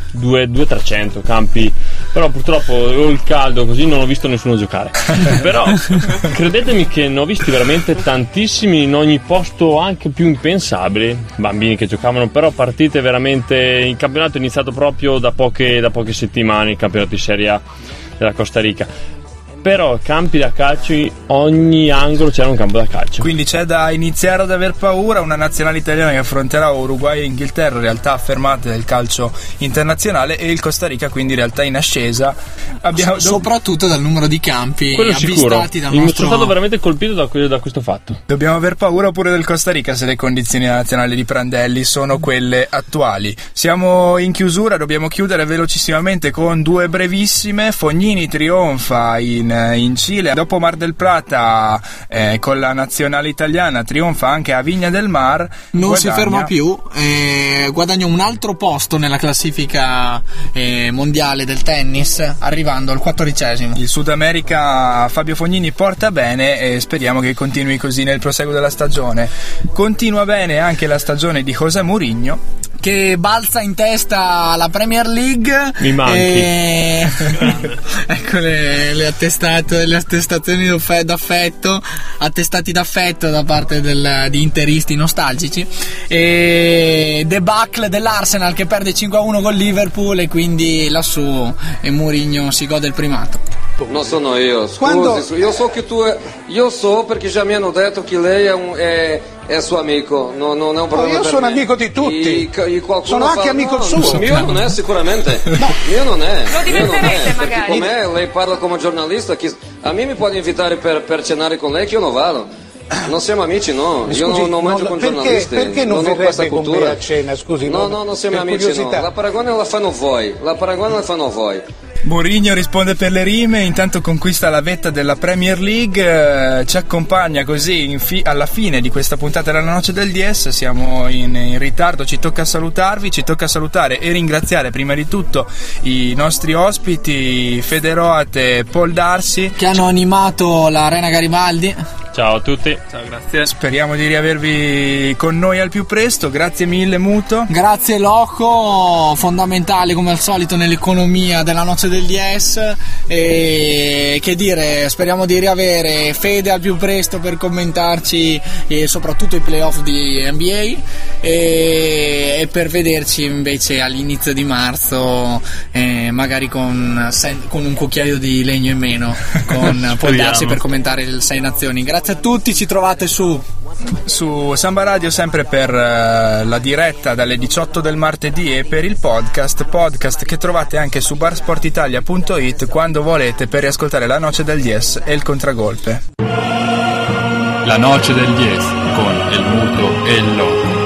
200-300 campi, però purtroppo ho il caldo così non ho visto nessuno giocare. Però credetemi che ne ho visti veramente tantissimi in ogni posto, anche più impensabili, bambini che giocavano, però partite veramente. Il campionato è iniziato proprio da poche settimane, il campionato di Serie A della Costa Rica. Però campi da calcio, ogni angolo c'era un campo da calcio. Quindi c'è da iniziare ad aver paura. Una nazionale italiana che affronterà Uruguay e Inghilterra, realtà affermate del calcio internazionale, e il Costa Rica quindi realtà in ascesa. Soprattutto dal numero di campi quello avvistati sicuro. dal nostro... Sono stato veramente colpito da questo fatto. Dobbiamo aver paura pure del Costa Rica se le condizioni nazionali di Prandelli sono quelle attuali. Siamo in chiusura, dobbiamo chiudere velocissimamente con due brevissime. Fognini trionfa in Cile, dopo Mar del Plata con la nazionale italiana trionfa anche a Viña del Mar, non si ferma più, guadagna un altro posto nella classifica mondiale del tennis, arrivando al 14°. Il Sud America Fabio Fognini porta bene e speriamo che continui così nel proseguo della stagione. Continua bene anche la stagione di José Mourinho, che balza in testa alla Premier League. Mi manchi. Ecco le attestazioni d'affetto, attestati d'affetto da parte di interisti nostalgici. E debacle dell'Arsenal che perde 5-1 con Liverpool, e quindi lassù Mourinho si gode il primato. Non sono io, scusi, io so perché già mi hanno detto che lei è suo amico, non è un problema. Io sono amico di tutti, sono anche amico suo. Mio non è sicuramente, mio non è. Lo diventerete magari. Come lei parla come giornalista, a me mi può invitare per cenare con lei che io non vado. Non siamo amici, no. Scusi, io non mangio con giornalisti. Perché non ho questa verrebbe con cultura. me a cena? Scusi, no, non siamo amici, curiosità. No. La paragone la fanno voi. Mourinho risponde per le rime, intanto conquista la vetta della Premier League, ci accompagna così alla fine di questa puntata della Noce del DS. Siamo in ritardo, ci tocca salutarvi, ci tocca salutare e ringraziare prima di tutto i nostri ospiti Federoate e Paul Darsi, che hanno animato l'Arena Garibaldi. Ciao a tutti. Ciao, grazie. Speriamo di riavervi con noi al più presto. Grazie mille Muto. Grazie Loco, fondamentale come al solito nell'economia della Noce del DS. E che dire, speriamo di riavere Fede al più presto per commentarci soprattutto i playoff di NBA e per vederci invece all'inizio di marzo magari con un cucchiaio di legno in meno con Paul Darsi per commentare il 6 Nazioni. Grazie a tutti, ci trovate su Samba Radio sempre per la diretta dalle 18 del martedì e per il podcast che trovate anche su barsportitalia.it quando volete per riascoltare la Noce del Dies e il Contragolpe. La Noce del Dies con il Muto e il Loco.